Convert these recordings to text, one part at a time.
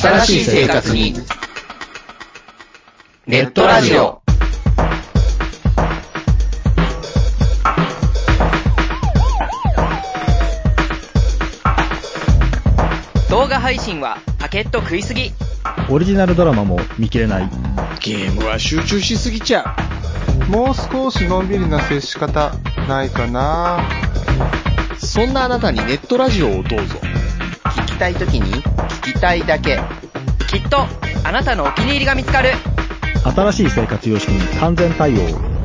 新しい生活にネットラジオ。 動画配信はパケット食いすぎ。 オリジナルドラマも見切れない。 ゲームは集中しすぎちゃう。もう少しのんびりな接し方ないかな。 そんなあなたにネットラジオをどうぞ。 聞きたいときに聞きたいだけ。 きっとあなたのお気に入りが見つかる。 新しい生活様式に完全対応。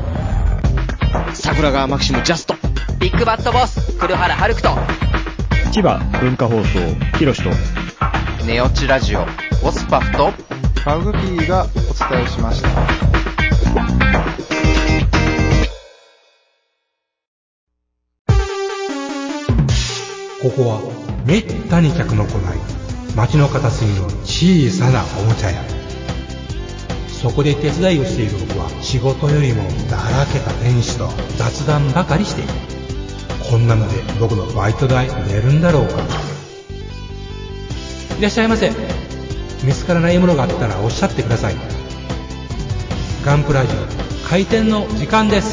桜川マキシムジャスト。 ビッグバットボス黒原遥人。 千葉文化放送ひろしとネオチラジオオスパフとマグピーがお伝えしました。 ここはめったに客の来ない街の片隅の小さなおもちゃ屋。そこで手伝いをしている僕は仕事よりもだらけた店主と雑談ばかりしている。こんなので僕のバイト代出るんだろうか。いらっしゃいませ。見つからないものがあったらおっしゃってください。ガンプラジオ開店の時間です。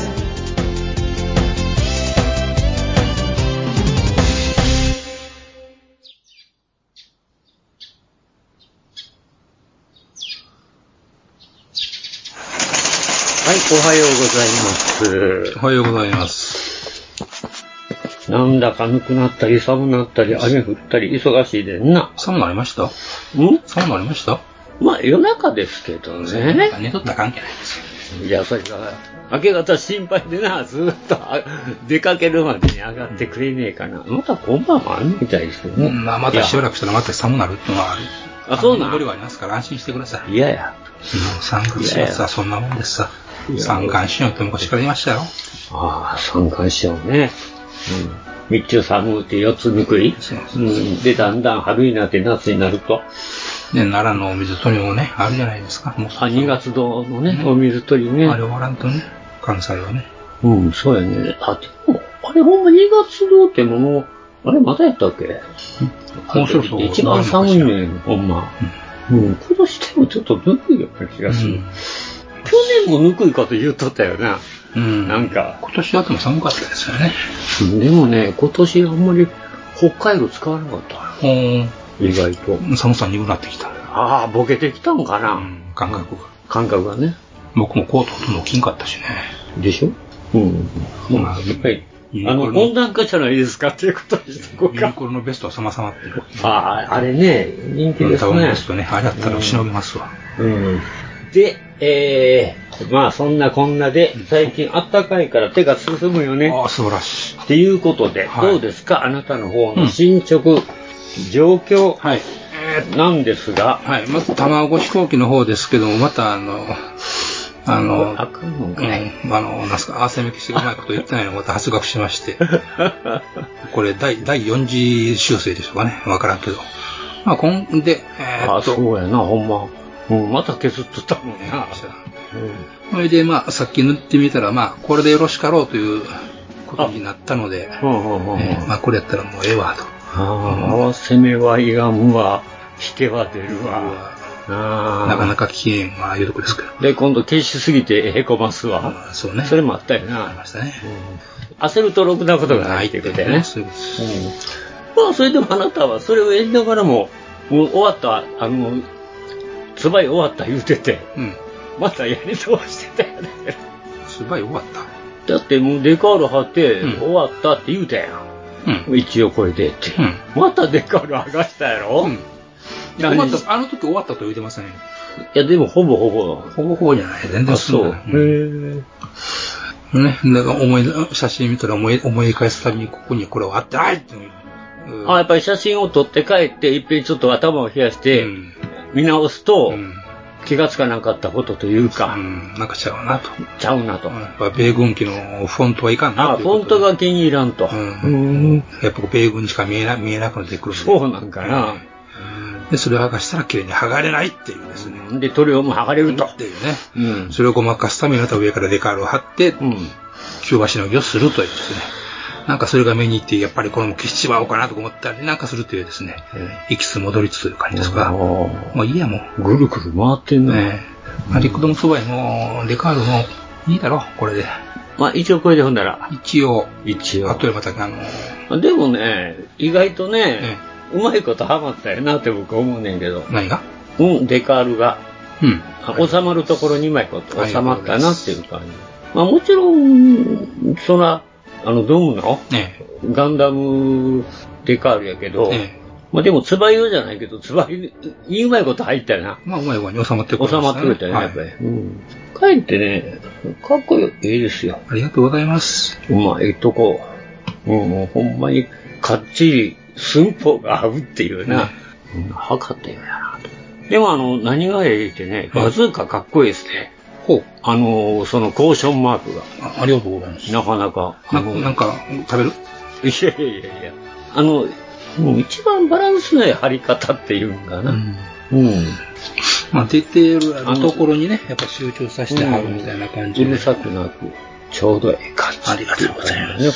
はい、おはようございます。 おはようございます。 なんだかぬくなったり寒なったり雨降ったり忙しいでんな。 寒なりました？寒なりました？ まあ夜中ですけどね。 寝とったら関係ないですよ。 いや、それが明け方心配でな、ずっと出かけるまでに上がってくれねえかな。また今晩もあるみたいですけどね。 まあまたしばらくしたらまた寒なるっていうのはある。 あ、そうなん？ 戻りはありますから安心してください。 いやいや。 3月4月はそんなもんですさ。三寒四温って昔から言いましたよ。 ああ、三寒四温ね。日中寒くて四つぬくい。で、だんだん春になって夏になると。 で、奈良のお水取りもね、あるじゃないですか。 2月堂のね、お水取りね。 あれ終わらんとね、関西はね。 そうやね。でも、あれほんま2月堂ってもう、あれまたやったっけ？ もうそろそろ。 一番寒いねん、ほんま。今年でもちょっとぬくいような気がする。去年もぬくいかと言うとったよな。なんか。 今年はでも寒かったですよね。 でもね、今年あんまり北海道使わなかった。意外と。 寒さ鈍くなってきた。 ああ、ボケてきたんかな。 感覚が。 感覚がね。 僕もコートほとんど着んかったしね。 でしょ？まあ、やっぱり、温暖化じゃないですかっていうことにしてこうか。 ユニクロのベストは様々ってる。 あれね、人気ですね。 タウンベストね、あれだったらしのげますわ。 で、まあそんなこんなで、最近あったかいから手が進むよね。 ああ、素晴らしい。 っていうことで、どうですか、あなたの方の進捗、状況なんですが。 はい、まず卵飛行機の方ですけども、またなんすか、汗めきしてうまいこと言ってないのをまた発覚しまして。これ、第4次修正でしょうかね。わからんけど。まあ、で、 そうやな、ほんま。また削っとったもんな。 それで、まあ、さっき塗ってみたら、まあ、これでよろしかろうということになったので、まあ、これやったらもうええわと。 合わせ目はいがむわ、引けは出るわ。 なかなか危険ないうとこですけど。 で、今度消しすぎてへこますわ。 そうね。 それもあったよな。 ありましたね。 焦るとろくなことがないってことやね。 そういうことです。 まあ、それでもあなたはそれをやりながらも、もう終わった、つばい終わった言うてて、またやり通してたよね。 つばい終わった？ だってもうデカール貼って、終わったって言うたやん。一応これでって。またデカール剥がしたやろ？ あの時終わったと言うてませんね。 いや、でもほぼほぼ。 ほぼほぼじゃない。全然そう。 ね。だから写真見たら思い返すたびにここにこれはあってないってやっぱり写真を撮って帰って、いっぺんちょっと頭を冷やして、見直すと、気がつかなかったことというか、 なんかちゃうなと。 ちゃうなと。 やっぱ米軍機のフォントはいかんなと。 フォントが気に入らんと。 やっぱ米軍にしか見えなくなってくる。 そうなんかな。 で、それを剥がしたら綺麗に剥がれないっていうですね。 で、塗料も剥がれると。 っていうね。それをごまかすためにまた上からデカールを貼って、急場しのぎをするというですね。 なんかそれが目に入って、やっぱりこれも消しちまおうかなと思ったりなんかするというですね、行きつ戻りつという感じですが、もういいやもう。 ぐるぐる回ってんね。 リクドムそばもデカールもいいだろ、これで。 まあ一応これでほんなら。 一応。 あとでまたでもね、意外とね、うまいことハマったよなって僕思うねんけど。 何が？ デカールが。収まるところにうまいこと収まったなっていう感じ。まあもちろん、ドームの、ガンダムデカールやけど、まあでも、つば用じゃないけど、つばにうまいこと入ったよな。 まあうまい具合に収まってくる、 収まってくれたよね、やっぱり。かえってね、かっこいいですよ。 ありがとうございます。 うまいとこ。もうほんまにかっちり寸法が合うっていうな。測ったようやなと。でも何がええってね、バズーカかっこいいですね。そのコーションマークが。 ありがとうございます。 なかなか。 なんか、食べる？ いや。もう一番バランスのいい貼り方っていうんかな。 まあ、ディテールあるところにね、やっぱ集中させて貼るみたいな感じで。 うるさくなく、ちょうどいい感じ。 ありがとうございます。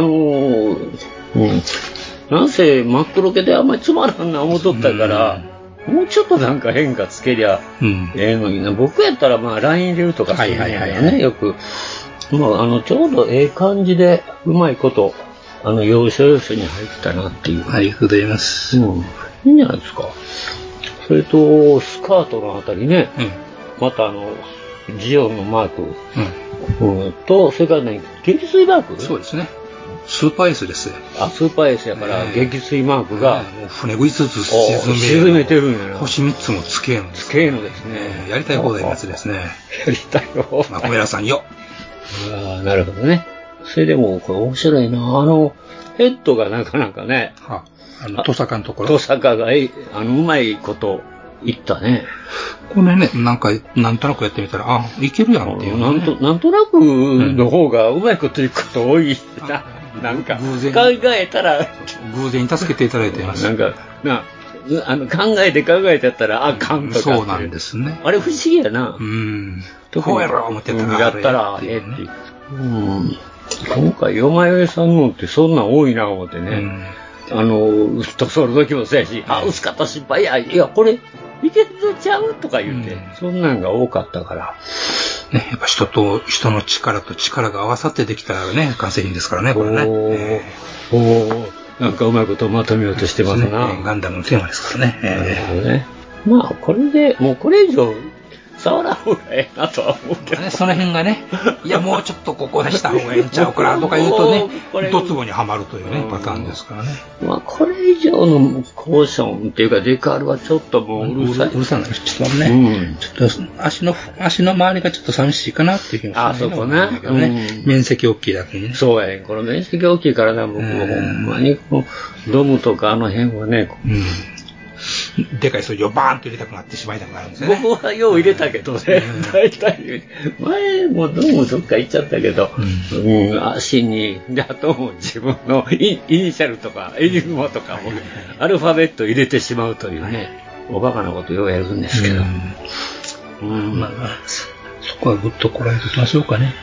なんせ真っ黒けであんまりつまらんな思っとったから、もうちょっとなんか変化つけりゃええのにな。僕やったらまあライン入れるとかするんだよね、よく。まあちょうどええ感じでうまいこと、要所要所に入ったなっていう。 ありがとうございます。 いいんじゃないですか。それと、スカートのあたりね、またジオンのマーク、と、それからね、撃墜マーク？ そうですね。スーパーエースです。 スーパーエースやから、撃墜マークが、 船5つ沈めてるんやな。 星3つもつけーの。 つけーのですね。 やりたい放題のやつですね。 やりたい放題。 まあ、小寺さんよ。 なるほどね。それでも、これ面白いな。ヘッドがなかなかね。 トサカのところ。 トサカが、うまいこと言ったね。 これね、なんとなくやってみたら、いけるやんっていう、ね。 なんとなくの方がうまいこと言うこと多いな。なんか、考えたら。 偶然に助けていただいてます。 なんか、考えてやったら、あかんとか。 そうなんですね。 あれ不思議やな。 こうやろう思ってたら。 やったら、っていう。今回、よまよえさんのってそんなん多いな、思ってね。塗装の時もそうやし、薄かった失敗や、いや、これ、いけるぞちゃうとか言って、そんなんが多かったから。 ね、やっぱ人の力と力が合わさってできたらね、完成品ですからね、これね。 なんかうまいことまとめようとしてますな。 ガンダムのテーマですからね。 なるほどね。まあ、これで、もうこれ以上、触らん方がええなとは思うけどね。 その辺がね、いや、もうちょっとここでした方がええんちゃうかなとか言うとね、ドツボにはまるというね、パターンですからね。 まあ、これ以上のコーションっていうか、デカールはちょっともううるさい。 うるさない。ちょっとね、ちょっと足の周りがちょっと寂しいかなっていう気がする。 そこね。 面積大きいだけにね。 そうやね。この面積大きいからな、僕もほんまに、ドムとかあの辺はね、 でかい数字をバーンと入れたくなってしまいたくなるんですね。 僕はよう入れたけどね、大体、前もどっか行っちゃったけど、足に、で、あとも自分のイニシャルとか、エニグマとかも、アルファベット入れてしまうというね、おバカなことようやるんですけど。 まあ、そこはぐっとこらえておきましょうかね。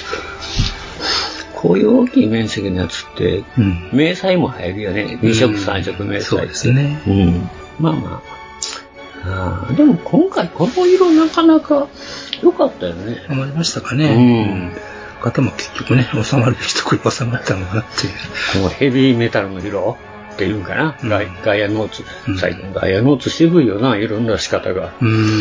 こういう大きい面積のやつって、明細も入るよね。2色3色明細。 そうですね。 まあ。でも今回この色なかなか良かったよね。 ハマりましたかね。方も結局ね、収まるべきところに収まったのかなっていう。 このヘビーメタルの色っていうんかな。ガイアノーツ。最近ガイアノーツ渋いよな、いろんな仕方が。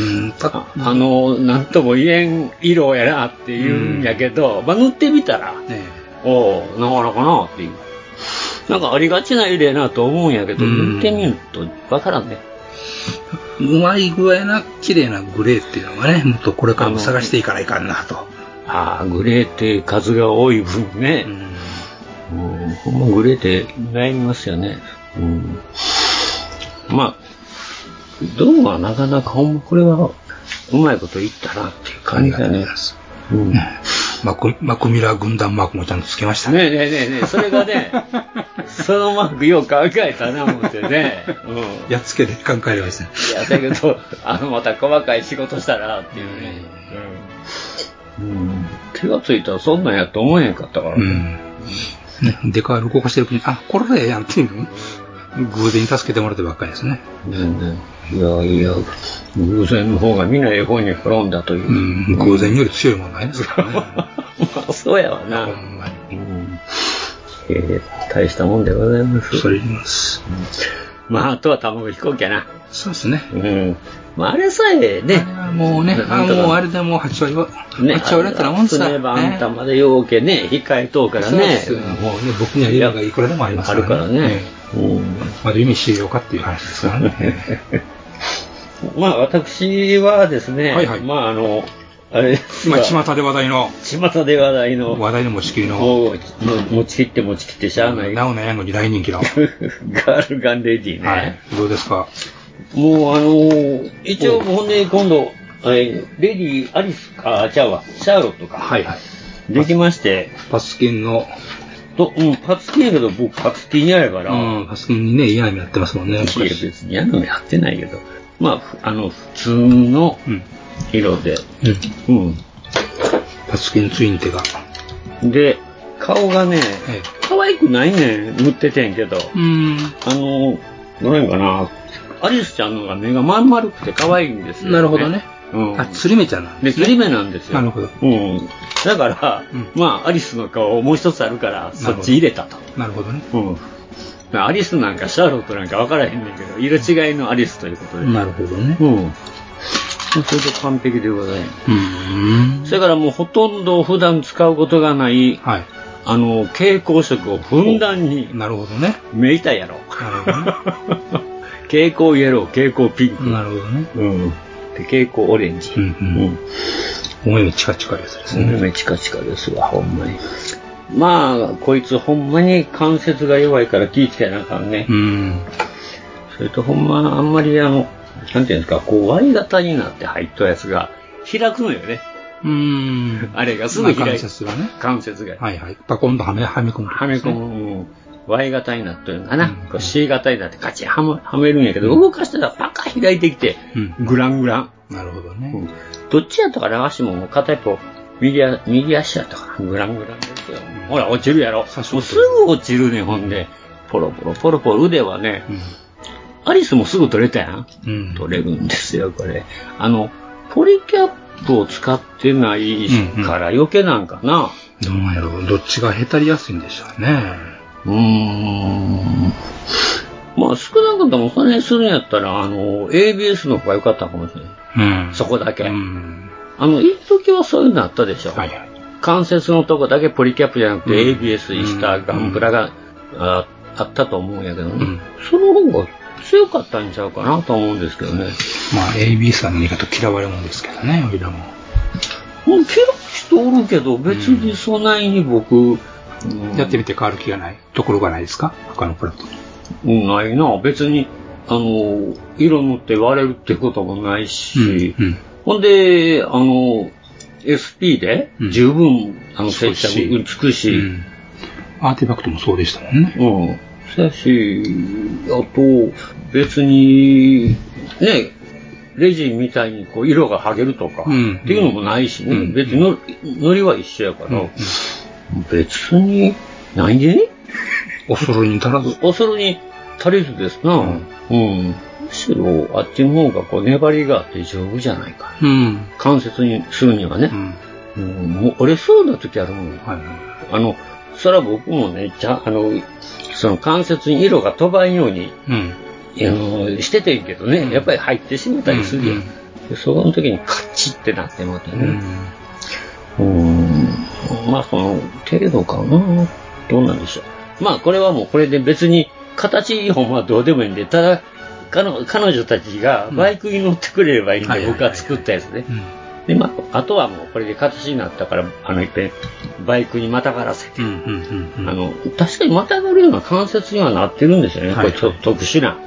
なんとも言えん色やなって言うんやけど、塗ってみたら、なかなかなっていう。なんかありがちな色やなと思うんやけど、塗ってみるとわからんね。 うまい具合な綺麗なグレーっていうのがね、もっとこれからも探していかないかんなと。 グレーって数が多い分ね。ほんまグレーって悩みますよね。まあ、どうはなかなかほんまこれはうまいこと言ったなっていう感じだね。 マクミラー軍団マークもちゃんとつけましたね。ねえ、それがね、そのマークよう考えたな思ってね。 やっつけで考えればいいですね。 いや、だけど、また細かい仕事したらっていうね。気がついたらそんなんやと思えへんかったからね。 ね、デカール動かしてる時に、あ、これでええやんっていうの偶然に助けてもらってばっかりですね。 いや、偶然の方がみんなええ方に転んだという。 偶然より強いもんないですからね。 まあ、そうやわな。ほんまに。大したもんでございます。 それ言います。 まあ、あとは卵飛行機やな。 そうですね。 まあ、あれさえね。 もうね、もうあれでもう8割は、8割だったらもんさ。 ねばあんたまでようけね、控えとうからね。もうね、 僕には夢がいくらでもありますからね。 あるからね。 まだ夢しようかっていう話ですからね。 まあ、私はですね、まあ、あれ、 今、巷で話題の。 巷で話題の。 話題の持ちきりの。 持ちきってしゃあない。 ナオナヤンゴに大人気の。 ガールガンレディね。 はい。どうですか？ もう一応、ほんで、今度、レディアリスか、シャーロットか。 はいはい。 できまして。 パツキンの。 パツキンやけど、僕、パツキンやから。 パツキンにね、嫌な目やってますもんね。 いや、別に嫌な目やってないけど。まあ、普通の色で。 パツキンツインテが。 で、顔がね、可愛くないねん、塗っててんけど。どうやんかな。アリスちゃんのが目がまん丸くて可愛いんですよ、ね。 なるほどね。釣り目ちゃんなんですね。 釣り目なんですよ。 なるほど。 だから、まあ、アリスの顔もう一つあるから、そっち入れたと。 なるほどね。 アリスなんかシャーロットなんか分からへんねんけど、色違いのアリスということで。 なるほどね。 それで完璧でございます。それからもうほとんど普段使うことがない、蛍光色をふんだんに。 なるほどね。 目痛いやろ。 なるほどね。 蛍光イエロー、蛍光ピンク。 なるほどね。 で、蛍光オレンジ。 お目チカチカですね。 お目チカチカですわ、ほんまに。まあ、こいつほんまに関節が弱いから気ぃつけなあかんね。それとほんま、あんまりなんていうんですか、Y 型になって入ったやつが開くのよね。あれがすぐ開く。 関節がね。 関節が。 はいはい。パコンとはめ込む。 はめ込む。Y 型になってるのかな。C 型になってカチッはめるんやけど、動かしたらパカ開いてきて、グラングラン。 なるほどね。 どっちやったかな、足も片一方、右足やったかな。グラングランですよ。ほら、落ちるやろ。もうすぐ落ちるね、ほんで。ポロポロ腕はね、アリスもすぐ取れたやん。取れるんですよ、これ。ポリキャップを使ってないから余計なんかな。 どうなんやろ。どっちがへたりやすいんでしょうね。 まあ少なくともそれするんやったら、ABS の方が良かったかもしれない。そこだけ。一時はそういうのあったでしょ。関節のとこだけポリキャップじゃなくて ABS にしたガンプラがあったと思うんやけどね。その方が強かったんちゃうかなと思うんですけどね。 まあ ABS は何かと嫌われるもんですけどね、おいらも。 嫌い人おるけど、別にそないに僕、 やってみて変わる気がないところがないですか、他のプラット。 ないな。別に、色塗って割れるってこともないし、ほんで、SP で十分、接着美しい。 アーティファクトもそうでしたもんね。 そうやし、あと、別に、ね、レジンみたいにこう色が剥げるとか、っていうのもないしね。別に塗りは一緒やから、別に、ないで恐るに足らず。 恐るに足りずですな。むしろ、あっちの方がこう粘りがあって丈夫じゃないか。関節にするにはね。もう折れそうな時あるもん。それは僕もね、その関節に色が飛ばんように、しててんけどね、やっぱり入ってしまったりするやん。その時にカッチってなってもってね。まあその程度かな。どうなんでしょう。まあこれはもうこれで別に形ほんまはどうでもいいんで、ただ彼女たちがバイクに乗ってくれればいいんで、僕が作ったやつね。で、まあ、あとはもうこれで形になったから、いっぺんバイクにまたがらせて。確かにまたがるような関節にはなってるんですよね。これ特殊な。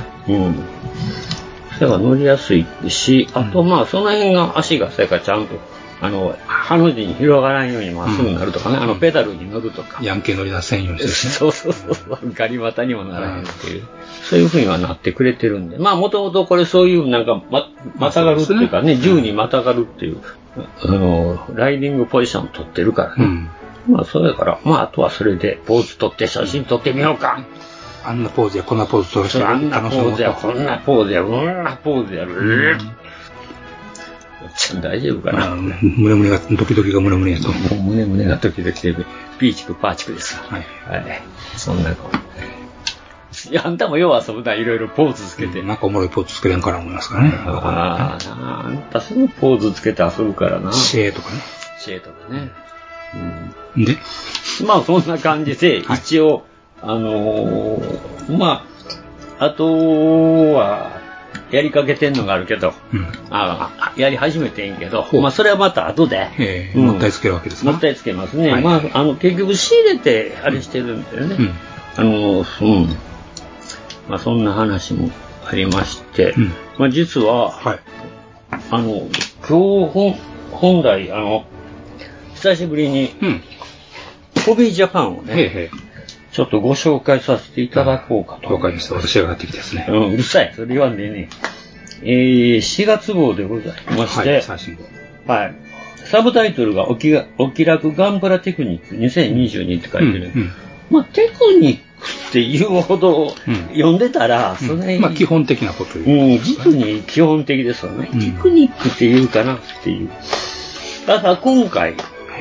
それが乗りやすいし、あとまあその辺が足がそれからちゃんとハの字に広がらんようにまっすぐになるとかね、ペダルに乗るとか。 ヤンケー乗り出せんようにですね。 そう。ガリ股にもならへんっていう。そういう風にはなってくれてるんで。まあもともとこれそういうなんかまたがるっていうかね、銃にまたがるっていう、ライディングポジション取ってるからね。 まあ、そうやから、まあ、あとはそれで、ポーズ撮って写真撮ってみようか。 あんなポーズやこんなポーズ撮るし、 あんなポーズやこんなポーズや、こんなポーズやる。おっちゃん大丈夫かな。 胸々が、ドキドキが胸々やと。 胸々がドキドキで、ピーチクパーチクですわ。はい。はい。そんなの。いや、あんたもよう遊ぶな、いろいろポーズつけて。 なんかおもろいポーズつけれんから思いますからね。 あんたすぐポーズつけて遊ぶからな。 シェーとかね。 シェーとかね。 でまあ、そんな感じで、一応、まあ、あとは、やりかけてんのがあるけど、やり始めてんけど、まあ、それはまた後で、 もったいつけるわけですか。 もったいつけますね。まあ、結局仕入れて、あれしてるんだよね。まあ、そんな話もありまして、まあ、実は、今日本来、久しぶりに、ホビージャパンをね、ちょっとご紹介させていただこうかと。 了解です。私が買ってきたですね。 うるさい。それ言わんでね。4月号でございまして、はい。サブタイトルがお気楽ガンプラテクニック2022って書いてる。まあ、テクニックっていうほど読んでたら、それ、 まあ、基本的なこと言う。 実に基本的ですよね。テクニックっていうかなっていう。ただ今回、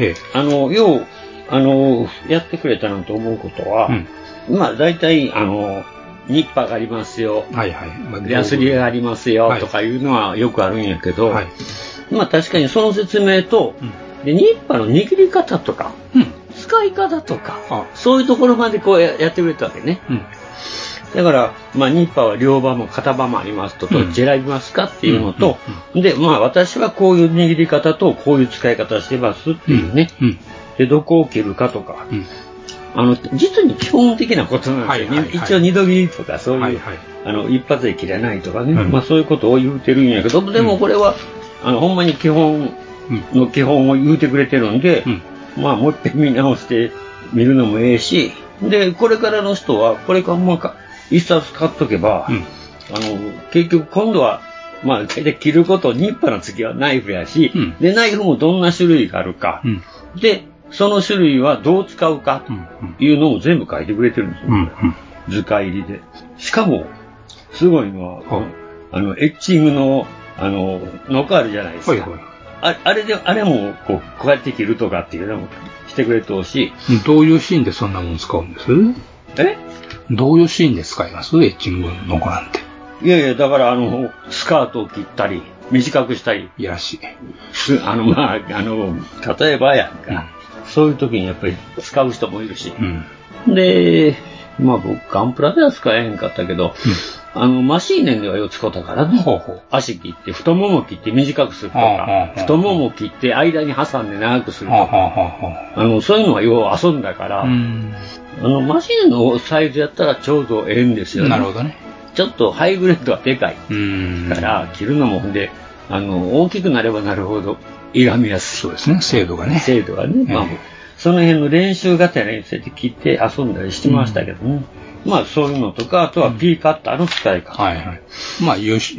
やってくれたなと思うことは、まあ大体、ニッパがありますよ。ヤスリがありますよ。とかいうのはよくあるんやけど、まあ確かにその説明と、でニッパの握り方とか、使い方とか、そういうところまでこうやってくれたわけね。だから、まあ、ニッパは両刃も片刃もありますと、どっち選びますかっていうのと、で、まあ、私はこういう握り方とこういう使い方してますっていうね。で、どこを切るかとか、実に基本的なことなんですよね。一応二度切りとか、そういう、一発で切らないとかね。まあ、そういうことを言うてるんやけど、でもこれは、ほんまに基本の基本を言うてくれてるんで、まあ、もう一遍見直して見るのもええし、で、これからの人は、これからもう一冊買っとけば、結局今度は、まあ、大体切ること、ニッパの次はナイフやし、で、ナイフもどんな種類があるか、で、その種類はどう使うか、というのを全部書いてくれてるんですよ。図解入りで。しかも、すごいのは、エッチングの、ノコあるじゃないですか。あれも、こうやって切るとかっていうのもしてくれてほしい。 どういうシーンでそんなもん使うんです？どういうシーンで使います？エッチングの子なんて。 いやいや、だからスカートを切ったり、短くしたり。 いやらしい。 まあ、例えばやんか、そういう時にやっぱり使う人もいるし。で、まあ僕、ガンプラでは使えへんかったけど、マシーネンではよう使ったからね。足切って、太もも切って短くするとか、太もも切って間に挟んで長くするとか、そういうのはよう遊んだから、マシーネンのサイズやったらちょうどええんですよね。 なるほどね。 ちょっとハイグレードはでかい。から、切るのもほんで、大きくなればなるほど、歪みやすい。 そうですね、精度がね。 精度がね。まあ、その辺の練習がてらについて切って遊んだりしてましたけどね。まあそういうのとか、あとは P カッターの使い方。 ま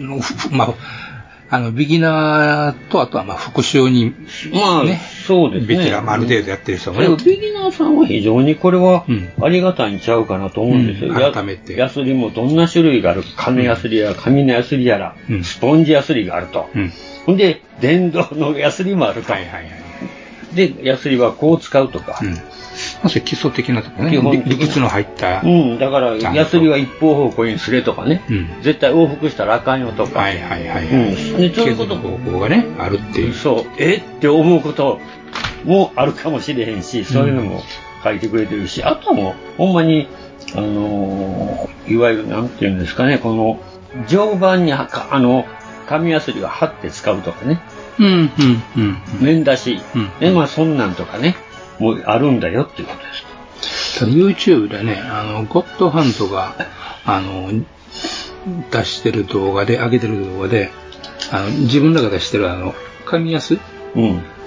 あ、ビギナーと、あとはまあ復習に、 まあ、そうですね。 ベテランある程度やってる人もね。 ビギナーさんは非常にこれはありがたいんちゃうかなと思うんですよ。 改めて。 ヤスリもどんな種類があるか、金ヤスリやら、紙のヤスリやら、スポンジヤスリがあると。ほんで、電動のヤスリもあると。で、ヤスリはこう使うとか。 まず基礎的なところね。理屈の入った。 だから、ヤスリは一方方向にすれとかね。絶対往復したらあかんよとか。 そういうこと方法がね、あるっていう。 そう。って思うこともあるかもしれへんし、そういうのも書いてくれてるし、あとはもう、ほんまに、いわゆる、なんていうんですかね、この、定板に、紙ヤスリを貼って使うとかね。面出し。まあ、そんなんとかね。もうあるんだよっていうことです。 ただ YouTube でね、ゴッドハンドが、出してる動画で、上げてる動画で、自分らが出してる紙ヤス、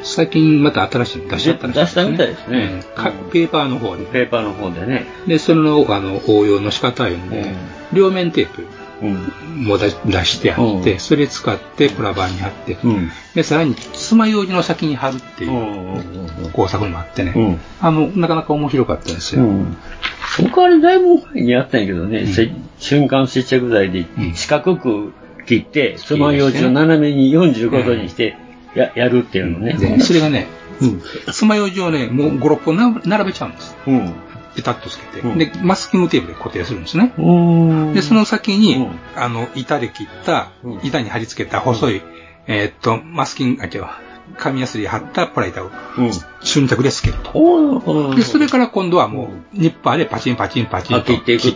最近また新しいの出しちゃったらしいですね。 出したみたいですね。 ペーパーの方で。 ペーパーの方でね。 で、その、応用の仕方いうので、両面テープも出してあって、それ使ってプラ板に貼って、で、さらに爪楊枝の先に貼るっていう工作もあってね、なかなか面白かったですよ。 僕あれだいぶ前にやったんやけどね、瞬間接着剤で四角く切って、爪楊枝を斜めに45度にして、やるっていうのね。 それがね、爪楊枝をね、もう5、6本並べちゃうんです。ピタッとつけて。で、マスキングテープで固定するんですね。で、その先に、板で切った、板に貼り付けた細い、マスキング、紙やすりで貼ったプラ板を、瞬着でつけると。で、それから今度はもう、ニッパーでパチンパチンパチンと切っていって、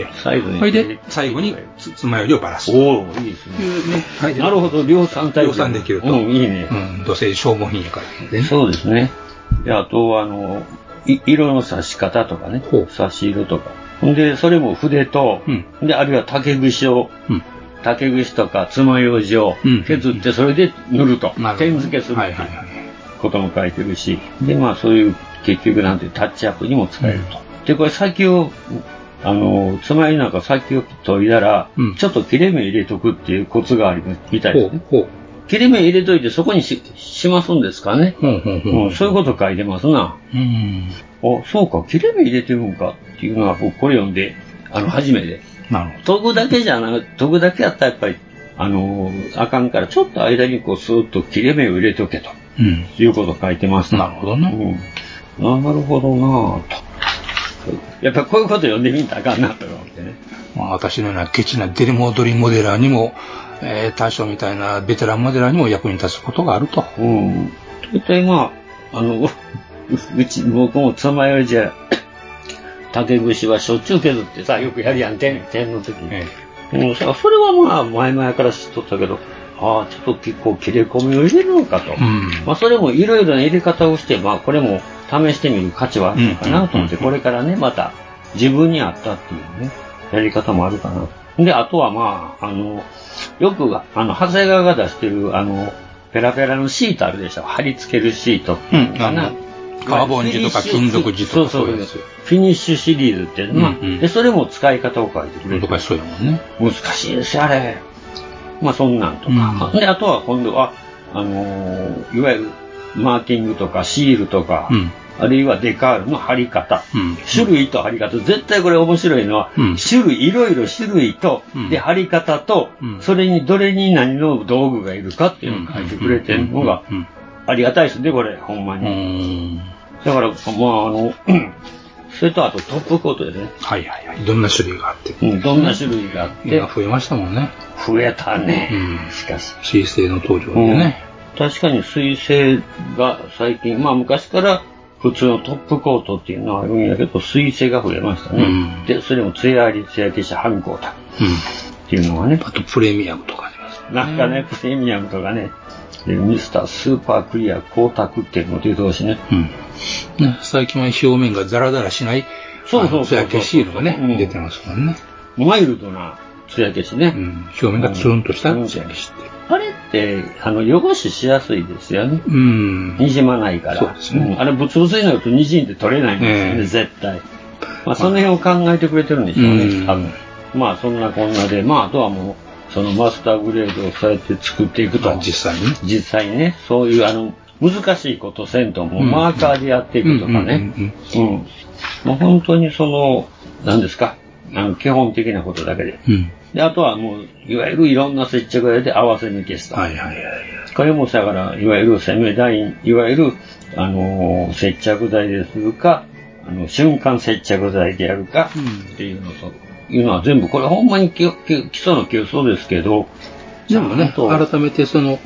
それで最後に爪楊枝をばらす。 いいですね。なるほど、量産タイプ。 量産できると。 いいね。 どうせ消耗品やから。 そうですね。で、あと、色の刺し方とかね、刺し色とか。で、それも筆と、で、あるいは竹串とか爪楊枝を削って、それで塗ると。点付けするっていうことも書いてるし。で、まあそういう、結局なんてタッチアップにも使えると。で、これ先を、爪楊枝なんか先を研いだら、ちょっと切れ目入れとくっていうコツがあるみたいですね。切れ目入れといてそこにしますんですかね。そういうこと書いてますな。そうか、切れ目入れてるんかっていうのは僕これ読んで、初めて。研ぐだけじゃなくて、研ぐだけやったらやっぱり、あかんから、ちょっと間にこう、スーッと切れ目を入れとけと。いうことを書いてます。 なるほどね。 なるほどなぁと。やっぱこういうこと読んでみたらあかんなと思ってね。 私のようなケチなデルモードリンモデラーにも、大将みたいなベテランモデラーにも役に立つことがあると。 大体まあ、僕も爪楊枝や竹串はしょっちゅう削ってさ、よくやるやん、点の時に。それはまあ、前々から知っとったけど、ちょっと結構切れ込みを入れるのかと。まあ、それもいろいろな入れ方をして、まあ、これも試してみる価値はあるのかなと思って、これからね、また自分に合ったっていうね、やり方もあるかな。で、あとはまあ、よく、長谷川が出してる、ペラペラのシートあるでしょ。貼り付けるシート。 カーボン地とか金属地とかそうです。フィニッシュシリーズっていうのは、で、それも使い方を書いてくれる。 難しそうやもんね。 難しいですよ、あれ。まあ、そんなんとか。で、あとは今度は、いわゆるマーキングとかシールとか、あるいはデカールの貼り方。種類と貼り方。絶対これ面白いのは、いろいろ種類と、で、貼り方と、それにどれに何の道具がいるかっていうのを書いてくれてるのが、ありがたいですね、これ、ほんまに。だから、まあ、それとあとトップコートですね。 どんな種類があって。 どんな種類があって。 今増えましたもんね。 増えたね。しかし。 水性の登場でね。 確かに水性が最近、まあ昔から普通のトップコートっていうのはあるんやけど、水性が増えましたね。で、それも艶あり艶消し半光沢。っていうのがね。 あとプレミアムとかあります。 なんかね、プレミアムとかね。ミスタースーパークリア光沢っていうのも出てほしいね。 最近は表面がザラザラしない、艶消しのがね、出てますからね。 マイルドな艶消しね。 表面がツルンとした艶消しって。 あれって、汚しやすいですよね。にじまないから。 そうですね。 あれ、ブツブツになるとにじんで取れないんですよね、絶対。まあ、その辺を考えてくれてるんでしょうね、多分。まあ、そんなこんなで、まあ、あとはもう、そのマスターグレードをそうやって作っていくと。 実際にね。 そういう難しいことせんとも、マーカーでやっていくとかね。もう本当に何ですか、基本的なことだけで。で、あとはもう、いわゆるいろんな接着剤で合わせ抜けすと。これもだから、いわゆる攻めライン、いわゆる、接着剤でするか、瞬間接着剤でやるか、っていうのと、いうのは全部、これほんまに基礎の基礎ですけど、 でもね、改めて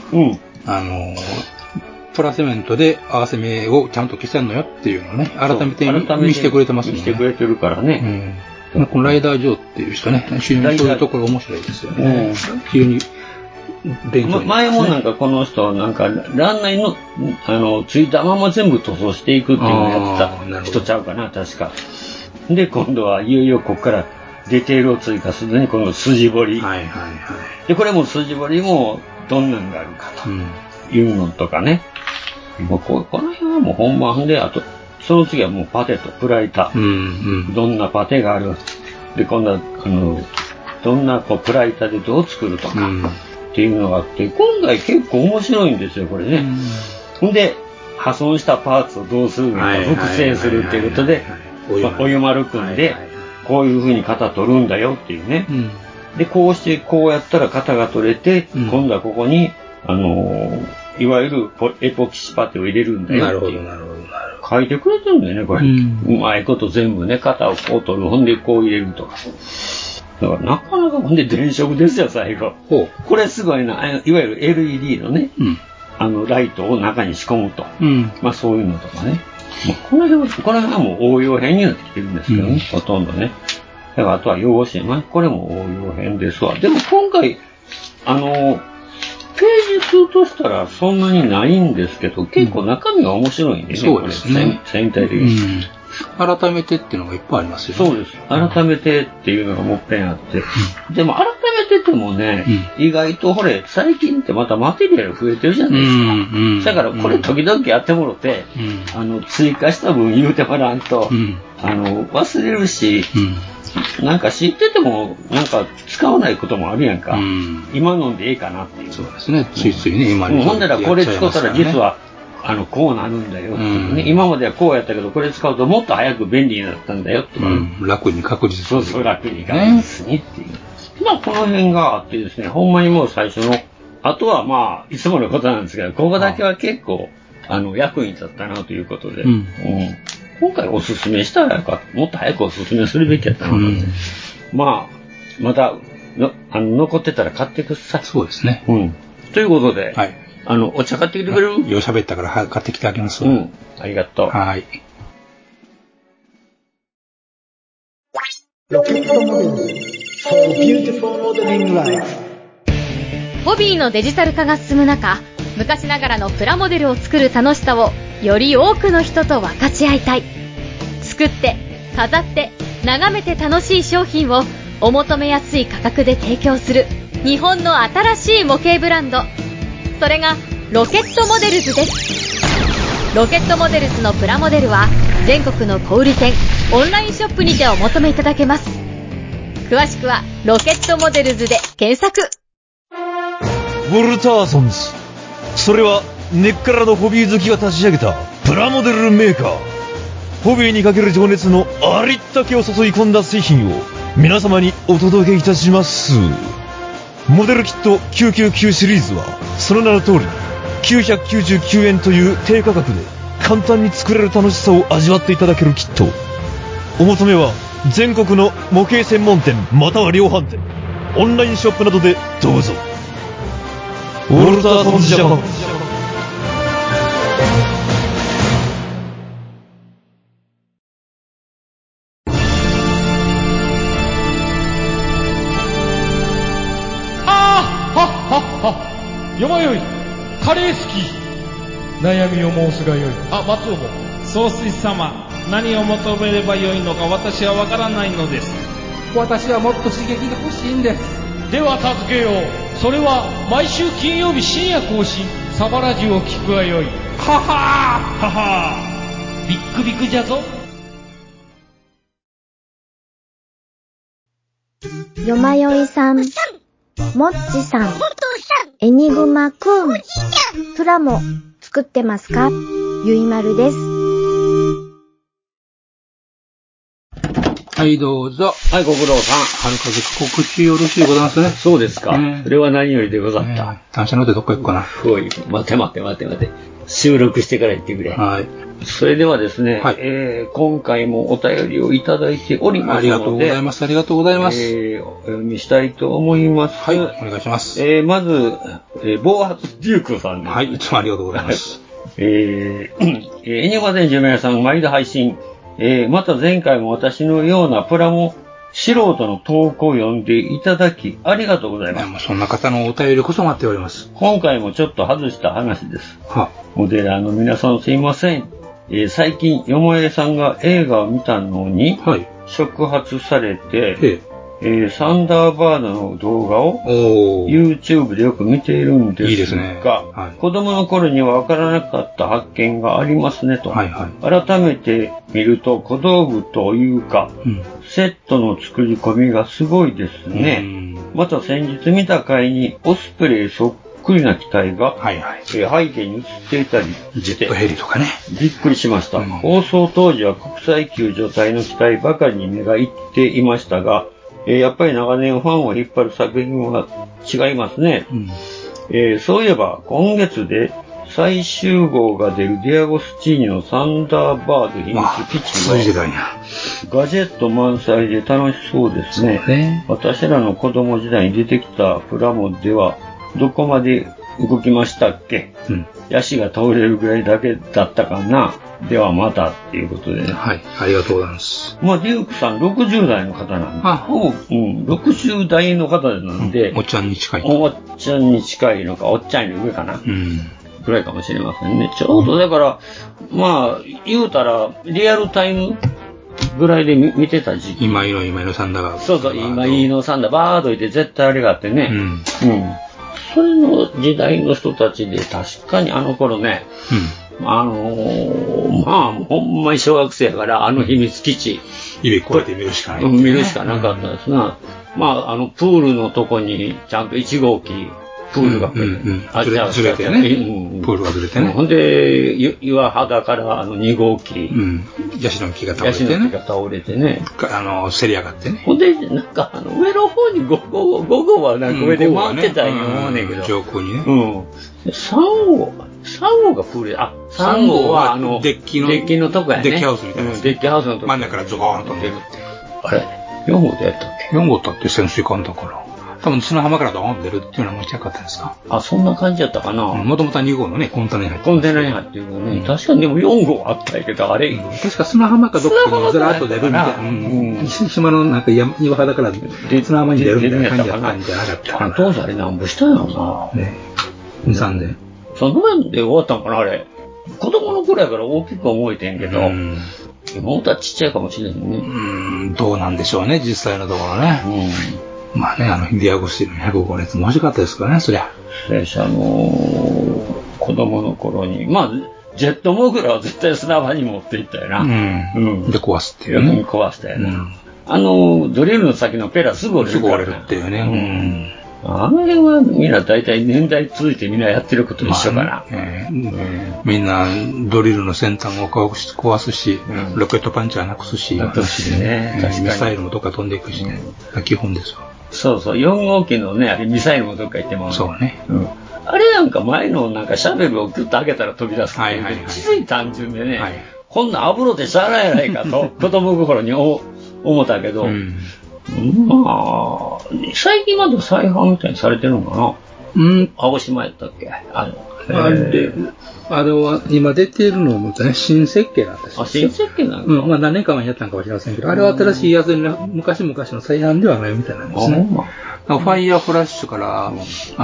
プラセメントで合わせ目をちゃんと消せんのよっていうのをね、改めて見せてくれてますもんね。 見せてくれてるからね。 このライダー・ジョーっていう人ね、非常にそういうところ面白いですよね。非常に勉強に。 前もなんかこの人はなんか、欄内の、ついたまま全部塗装していくっていうのをやってた人ちゃうかな、確か。で、今度はいよいよここからディテールを追加するのに、この筋彫り。で、これも筋彫りもどんなんがあるかというのとかね。 もうこの辺はもう本番で、あと、その次はもうパテとプライタ。どんなパテがある。で、今度は、どんなプライタでどう作るとか、っていうのがあって、今回結構面白いんですよ、これね。ほんで、破損したパーツをどうするのか、複製するっていうことで、お湯丸組んで、こういう風に型取るんだよっていうね。で、こうしてこうやったら型が取れて、今度はここに、いわゆるエポキシパテを入れるんだよっていう。なるほど。書いてくれてるんだよね、これ。うまいこと全部ね、型をこう取る、ほんでこう入れるとか。だからなかなか、ほんで電飾ですよ、最後。これすごいな、いわゆる LED のね、ライトを中に仕込むと。まあそういうのとかね。この辺はもう応用編になってきてるんですけどね、ほとんどね。だからあとは用紙、これも応用編ですわ。でも今回、ページ数としたらそんなにないんですけど、結構中身が面白いんでね、 そうですね。 全体的に。 改めてっていうのがいっぱいありますよね。 そうです。改めてっていうのがもっぺんあって。でも改めててもね、意外と最近ってまたマテリアル増えてるじゃないですか。だからこれ時々やってもろて、追加した分言うてもらわんと、忘れるし、なんか知ってても、なんか使わないこともあるやんか。今のんでいいかなっていう。 そうですね。ついついね、今に。ほんならこれ使ったら実は、こうなるんだよっていうね。今まではこうやったけど、これ使うともっと早く便利になったんだよとか。 楽に確実に。 そう、楽に確実にっていう。まあ、この辺があってですね、ほんまにもう最初の、あとはまあ、いつものことなんですけど、ここだけは結構、役に立ったなということで。今回おすすめしたらもっと早くおすすめするべきやったなと、まあ、また残ってたら買ってください。 そうですね。 ということで、お茶買ってきてくれる？ よう喋ったから早く買ってきてあげます。 ありがとう。 はい。 ホビーのデジタル化が進む中、昔ながらのプラモデルを作る楽しさをより多くの人と分かち合いたい。作って飾って眺めて楽しい商品をお求めやすい価格で提供する日本の新しい模型ブランド、それがロケットモデルズです。ロケットモデルズのプラモデルは全国の小売店、オンラインショップにてお求めいただけます。詳しくはロケットモデルズで検索。 ウォルターソンズ、それは根っからのホビー好きが立ち上げたプラモデルメーカー。ホビーにかける情熱のありったけを注い込んだ製品を皆様にお届けいたします。モデルキット999シリーズはその名の通り999円という低価格で簡単に作れる楽しさを味わっていただけるキット。お求めは全国の模型専門店または量販店、オンラインショップなどでどうぞ。ウォルターソンズジャパン。 よまよい、カレー好き。悩みを申すがよい。松尾も。 総帥様、何を求めればよいのか私はわからないのです。 私はもっと刺激が欲しいんです。では助けよう。それは毎週金曜日深夜更新、サバラジュを聞くがよい。ははーははー、ビックビックじゃぞ。 よまよいさん、もっちさん、エニグマくん、プラモ作ってますか？ゆいまるです。 はい、どうぞ。 はい、ご苦労さん。 春風告知よろしいございますね。 そうですか。それは何よりでござった。 単車乗ってどっか行くかな。 おい、待て。収録してから言ってくれ。はい。それではですね、今回もお便りをいただいておりますので、 ありがとうございます。ありがとうございます。 お読みしたいと思います。 はい、お願いします。 まず、暴発デュークさんです。 はい、いつもありがとうございます。 エニグマ全10名さん、毎度配信。また前回も私のようなプラモ素人の投稿を読んでいただきありがとうございます。 そんな方のお便りこそ待っております。 今回もちょっと外した話です。モデラーの皆さんすいません。最近、よもえさんが映画を見たのに、触発されて、 サンダーバードの動画を YouTube でよく見ているんですが、いいですね。子供の頃には分からなかった発見がありますねと。改めて見ると小道具というか、セットの作り込みがすごいですね。また先日見た回にオスプレイそっくりな機体が、背景に映っていたりジェットヘリとかね。 びっくりしました。放送当時は国際救助隊の機体ばかりに目がいっていましたが、やっぱり長年ファンを引っ張る作品は違いますね。そういえば今月で最終号が出るディアゴスチーニのサンダーバード秘密基地はガジェット満載で楽しそうですね。私らの子供時代に出てきたプラモではどこまで動きましたっけ、ヤシが倒れるぐらいだけだったかな。ではまたっていうことでね。 はい、ありがとうございます。 デュークさん60代の方なんで、60代の方なんで、 おっちゃんに近い。 おっちゃんに近いのか、おっちゃんより上かな。ぐらいかもしれませんね。ちょうどだから、言うたら、リアルタイムぐらいで見てた時期。 今井のサンダーバード。 そう、今井のサンダーバードいて絶対あれがあってね。それの時代の人たちで確かにあの頃ね、ほんまに小学生やから、秘密基地。 指こうやって見るしかない、 見るしかなかったですな。プールのとこにちゃんと1号機、プールがずれてね。プールがずれてね。 ほんで、岩肌から2号機。 ヤシの木が倒れてね。ヤシの木が倒れてね。 せり上がってね。 ほんで、なんか、上の方に5号はなんか上で回ってたんよ、思うねんけど。 上空にね。 3号がプールや。3号はデッキのとこやね。 デッキハウスみたいな。 デッキハウスのとこ。 真ん中からゾコーンと飛んでるって。 あれ ?4 号でやったっけ ?4 号だって潜水艦だから。多分砂浜からドーンと出るっていうのはもう近かったんですか？ そんな感じやったかな。 もともとは2号のね、コンテナに入って。 コンテナに入ってるね。確かにでも4号あったんやけど、あれ。 確か砂浜かどっかにずらっと出るみたいな。島のなんか岩肌から砂浜に出るみたいな感じだったんじゃなかったかな。 当時あれなんぼしたんやろな。 ね。2、3年。 その辺で終わったんかな、あれ。子供の頃やから大きく思えてんけど、今思ったらちっちゃいかもしれんね。 どうなんでしょうね、実際のところね。ディアゴスチーニの105熱も欲しかったですからね、そりゃ。 子供の頃に、ジェットモグラは絶対砂場に持っていったよな。 で、壊すっていうね。 壊したよな。ドリルの先のペラすぐ折れるから。 すぐ折れるっていうね。 あの辺はみんな大体年代続いてみんなやってること一緒かな。 みんなドリルの先端を壊すし、ロケットパンチャーなくすし、ミサイルもどっか飛んでいくしね。基本ですわ。 そう、4号機のね、あれミサイルもどっか行ってもそうね。 あれなんか前のなんかシャベルをグッと開けたら飛び出す。つい単純でね、こんな油でしゃあないやないかと子供心に思ったけど、最近まだ再販みたいにされてるのかな。青島やったっけあれは今出ているのも新設計なんですよ。 新設計なんですか？ 何年間はやったのかもしれませんけど、あれは新しいやつに昔々の再販ではないみたいなんですね。ファイヤーフラッシュから、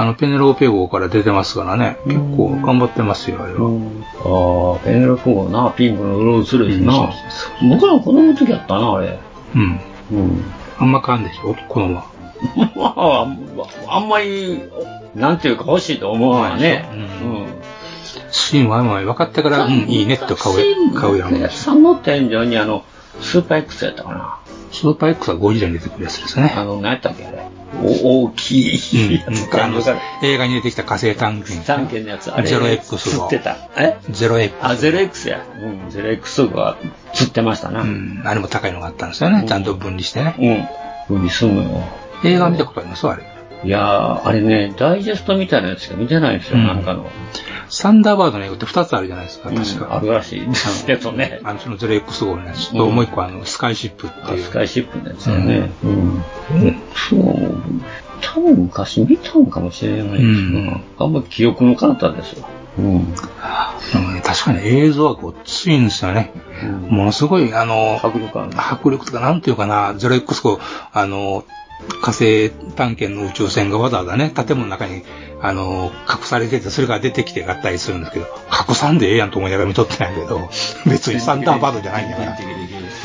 ペネローペ号から出てますからね、結構頑張ってますよ、あれは。 ペネローペ号な、ピンクのうろうつるしな。僕らの子供の時やったな、あれ。 あんま買うんでしょ、子供は。 あんまり、なんていうか欲しいと思うわね。 シーンは分かってから、いいねって買うやん。 3の天井にスーパー X やったかな。 スーパー X は5時台に出てくるやつですね。 何やったっけあれ。大きいやつ。 映画に出てきた火星探検。 探検のやつ。あれ。 0X を。釣ってた。 0X。 0X や。0X が釣ってましたな。 あれも高いのがあったんですよね。ちゃんと分離してね。分離すんのよ。 映画見たことありますあれ。 いやあれね、ダイジェストみたいなやつしか見てないんですよ、なんかの。 サンダーバードの映画って2つあるじゃないですか、確か。 あるらしいですけどね。 その 0X 号のやつと、もう一個スカイシップっていう。 スカイシップのやつよね。そう、多分昔見たんかもしれないですが、あんま記憶の彼方ですわ。 確かに映像はごっついんですよね。ものすごい、 迫力ある。 迫力とか、なんていうかな、0X 号、火星探検の宇宙船がわざわざね、建物の中に、隠されてて、それが出てきて合体するんですけど、隠さんでええやんと思いながら見とってないけど、別にサンダーバードじゃないんだから。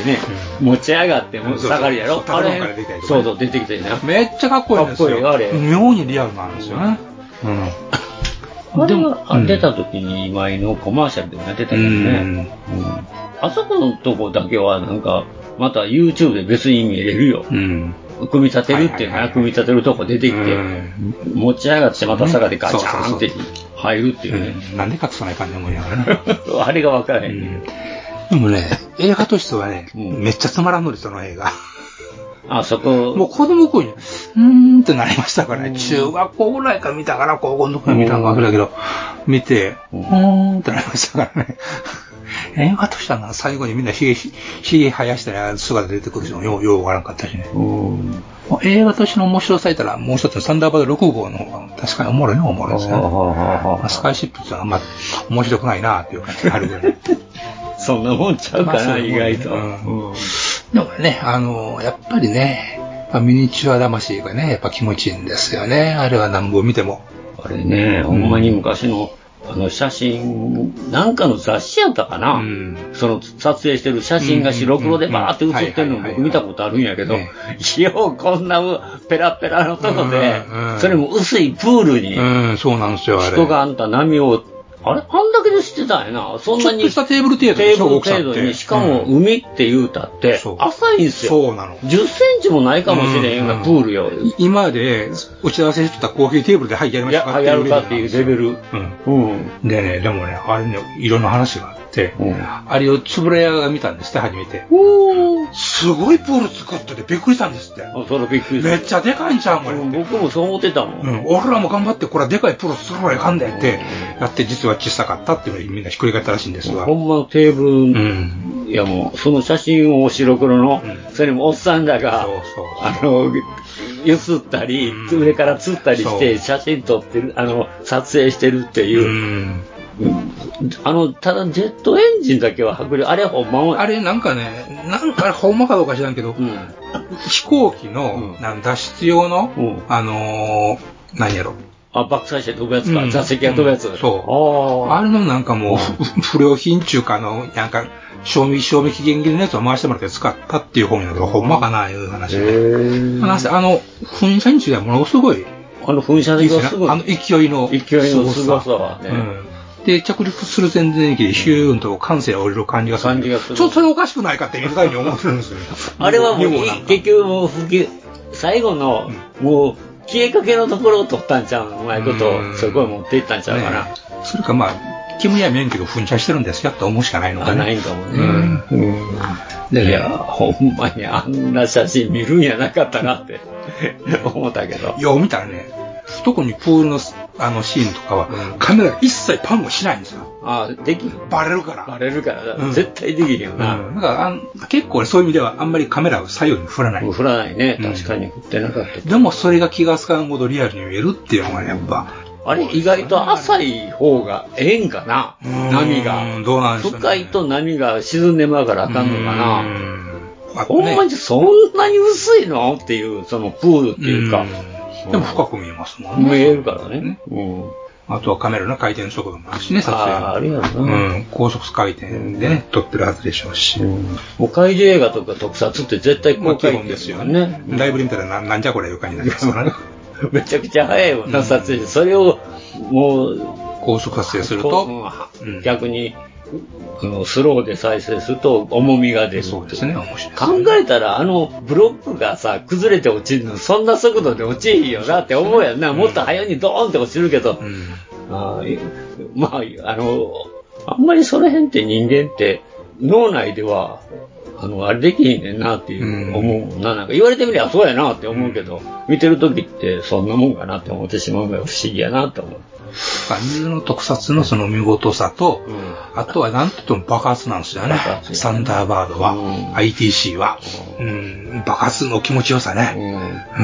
ってね、持ち上がっても下がるやろ。 あれから出てきたりとか。 そうそう、出てきたりな。 めっちゃかっこいいんですよ。 かっこいいあれ。 妙にリアルなんですよね。 あれが出た時に今井のコマーシャルでもやってたけどね。あそこのとこだけはなんか、また YouTube で別に見れるよ。組み立てるっていうのは、組み立てるとこ出てきて、持ち上がってまた下がってガチャーンって入るっていうね。 なんで隠さないかんね思いながらね。 あれが分からへんね。 でもね、映画としてはね、めっちゃつまらんので、その映画。 あ、そこ。 もう子供の頃に、ってなりましたからね。中学校ぐらいから見たから、高校の時から見たのかだけど、見て、ってなりましたからね。映画としてはな、最後にみんなひげ生やした姿出てくる人もようわからんかったしね。映画としての面白さいたら、もう一つのサンダーバード6号の方が確かにおもろいですね。スカイシップってのはあんま面白くないなっていう感じがあるぐらい。 そんなもんちゃうかな、意外と。 でもね、やっぱりね、ミニチュア魂がね、やっぱ気持ちいいんですよね。あれは何本見ても。 あれね、ほんまに昔の、写真、なんかの雑誌やったかな、その撮影してる写真が白黒でバーって写ってるの僕見たことあるんやけど、ようこんなペラペラのとこで、それも薄いプールに、 そうなんですよ、あれ。 人があんた波を、あれあんだけで知ってたんやな。そんなに。 ちょっとしたテーブル程度でしょ、 テーブル程度に、しかも海って言うたって、浅いんすよ。 そうなの。 10センチもないかもしれんようなプールよ。 今まで打ち合わせしてたコーヒーテーブルでやりましたかやるかっていうレベル。 でね、でもね、あれね、色の話があって、あれをつぶら屋が見たんですって、初めて。すごいプール作っててびっくりしたんですって。 それびっくりした。 めっちゃでかいんちゃうこれ。 僕もそう思ってたもん。 俺らも頑張って、これはでかいプール作らないかんでって、やって実は小さかったっていうのにみんなひっくり返ったらしいんですわ。 ほんまのテーブル、いやもう、その写真を白黒の、それもおっさんらが、ゆすったり、上から釣ったりして、写真撮ってる、撮影してるっていう。ただジェットエンジンだけは迫力、あれほんまあれなんかね、あれほんまかどうか知らんけど、飛行機の脱出用の、何やろ。 爆砕して飛ぶやつか、座席が飛ぶやつ。 そう。あれのなんかもう、不良品中華の、なんか、賞味期限切れのやつを回してもらって使ったっていう本やけど、ほんまかな、いう話で。噴射についてはものすごい。 噴射がすごい。 勢いのすごさはね。 で、着陸する前々機でヒューンと感性が降りる感じがする。それおかしくないかって見るたびに思ってるんですよ。 あれはもう、結局もう、最後の、もう、消えかけのところを取ったんちゃううまいことを、そこへ持っていったんちゃうかな。 それかまあ、煙やめんけど噴射してるんですよって思うしかないのかな。 ないんかもね。いや、ほんまにあんな写真見るんやなかったなって思ったけど。 よう見たらね、特にプールのシーンとかは、カメラが一切パンをしないんですよ。バレるから。 絶対できへんよな。 だから結構そういう意味ではあんまりカメラを左右に振らない。 振らないね。確かに振ってなかった。 でもそれが気がつかんほどリアルに見えるっていうのがやっぱ。 あれ意外と浅い方がええんかな、波が。 どうなんでしょうね。 深いと波が沈んでまうからあかんのかな。ほんまにそんなに薄いのっていう、そのプールっていうか。 でも深く見えますもんね。 見えるからね。 あとはカメラの回転速度もあるしね、撮影あるやろな。 高速回転でね、撮ってるはずでしょうし。 もう怪獣映画とか特撮って絶対公開ですよね。ライブで見たらなんじゃこれいう感じになりますからね。 めちゃくちゃ早いもんな、撮影して。それを、もう、 高速撮影すると、 逆に、スローで再生すると重みが出る。 そうですね、面白い。 考えたら、ブロックがさ、崩れて落ちるの、そんな速度で落ちひんよなって思うやんな。もっと早にドーンって落ちるけど。まあ、あんまりその辺って人間って、脳内では、あれできひんねんなっていう思うもんな。なんか言われてみりゃそうやなって思うけど、見てるときってそんなもんかなって思ってしまうのが不思議やなって思う。 水の特撮のその見事さと、あとはなんとっても爆発なんですよね。サンダーバードは、ITC は、爆発の気持ちよさね。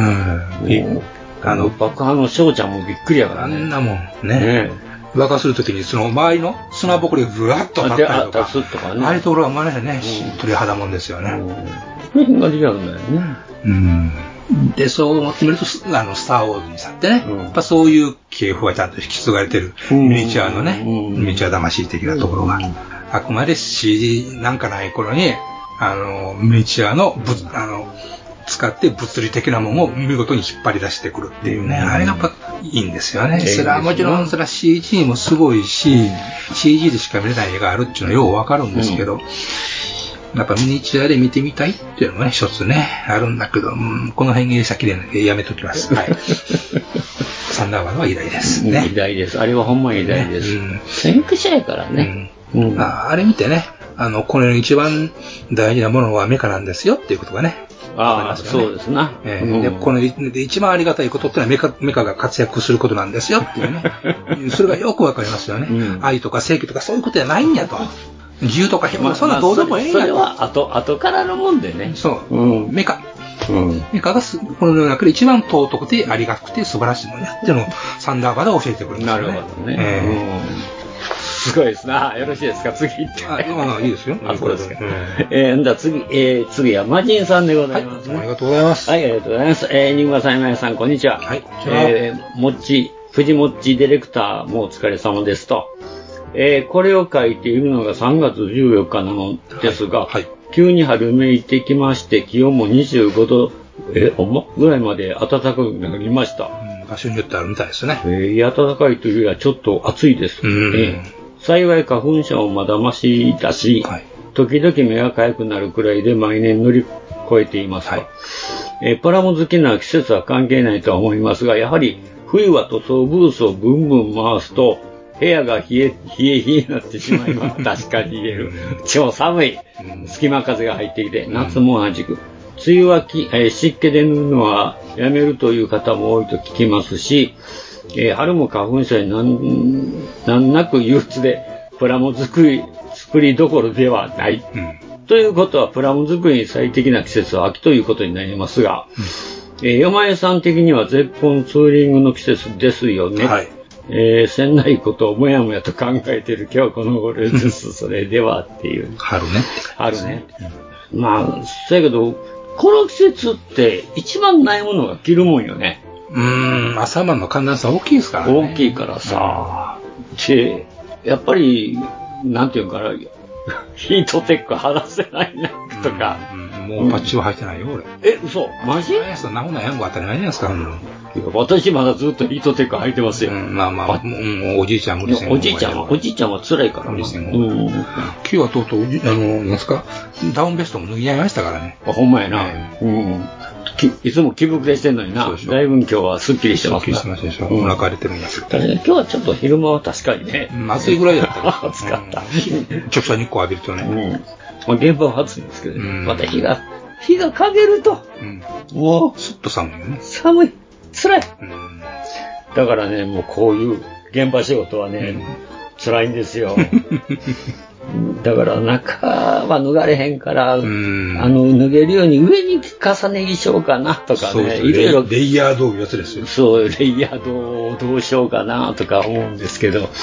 爆破の翔ちゃんもびっくりやからね。 あんなもんね。爆破するときにその周りの砂ぼこりがぐわっとなったりとか、ああいうところはまだね、鳥肌もんですよね。 それができるんだよね。 で、そう思ってみると、スター・ウォーズにさってね、やっぱそういう系譜がちゃんと引き継がれてる、ミニチュアのね、ミニチュア魂的なところが、あくまで CG なんかない頃に、 ミニチュアの使って物理的なものを見事に引っ張り出してくるっていうね、あれがやっぱいいんですよね。それはもちろんそれは CG もすごいし、CG でしか見れない絵があるっていうのはようわかるんですけど、やっぱミニチュアで見てみたいっていうのもね、一つね、あるんだけど、この辺に先でやめときます。はい。サンダーバードは偉大ですね。 偉大です。あれはほんまに偉大です。先駆者やからね。 あれ見てね、これの一番大事なものはメカなんですよっていうことがね。 ああ、そうですな。 で、この一番ありがたいことってのはメカが活躍することなんですよっていうね。それがよくわかりますよね。愛とか正義とかそういうことじゃないんやと。自由とか平和、そんなどうでもいいんやと。 それは後からのもんでね。 そう。メカ。メカがこの世の中で一番尊くてありがたくて素晴らしいものやっていうのをサンダーバードが教えてくるんですよね。 なるほどね。すごいですな。よろしいですか、次行って。 いいですよ。 そうですか。じゃあ次はマジンさんでございます。 ありがとうございます。 はい、ありがとうございます。エニグマさん、今井さん、こんにちは。はい、こんにちは。藤もっちディレクターもお疲れ様ですと。これを書いているのが3月14日なのですが、急に春めいてきまして、気温も25度、ぐらいまで暖かくなりました。 場所によってあるみたいですね。 暖かいというよりはちょっと暑いです。幸い花粉症もまだましだし、時々目が痒くなるくらいで毎年乗り越えています。プラモ好きな季節は関係ないとは思いますが、やはり冬は塗装ブースをブンブン回すと、部屋が冷えになってしまいます。確かに言える。超寒い。隙間風が入ってきて、夏も同じく。梅雨は湿気で塗るのはやめるという方も多いと聞きますし、春も花粉症になんなく憂鬱で、プラモ作りどころではない。ということは、プラモ作りに最適な季節は秋ということになりますが、よまえさん的には絶好のツーリングの季節ですよね。せんないことをもやもやと考えている今日この頃です。それではっていう。 春ね。 まあ、そうやけど、この季節って一番ないものが着るもんよね。 朝晩の寒暖差大きいですからね。 大きいからさ。やっぱり、なんていうかな、ヒートテック離せないなとか。 もうパッチは履いてないよ、俺。 嘘マジ？ そんなもんなやんご当たり前じゃないですか。 私まだずっとヒートテック履いてますよ。 まあ、おじいちゃん無理せん。 おじいちゃんは辛いから無理せん。 今日はとうとう、なんですか、ダウンベストも脱ぎ合いましたからね。 ほんまやな。いつも着膨れしてんのにな。だいぶ今日はスッキリしてます。 スッキリしてますでしょ。お腹荒れてるんやけど。 確かに今日はちょっと昼間は確かにね。 暑いぐらいだったら。 暑かった。 直射日光浴びるとね。 現場は暑いんですけどね。また日が陰ると。もう。 すっと寒いよね。 寒い。辛い。だからね、もうこういう現場仕事はね、辛いんですよ。だから中は脱がれへんから、脱げるように上に重ね着しようかなとかね、いろいろ。 レイヤードやつですよ。 そう、レイヤードをどうしようかなとか思うんですけど、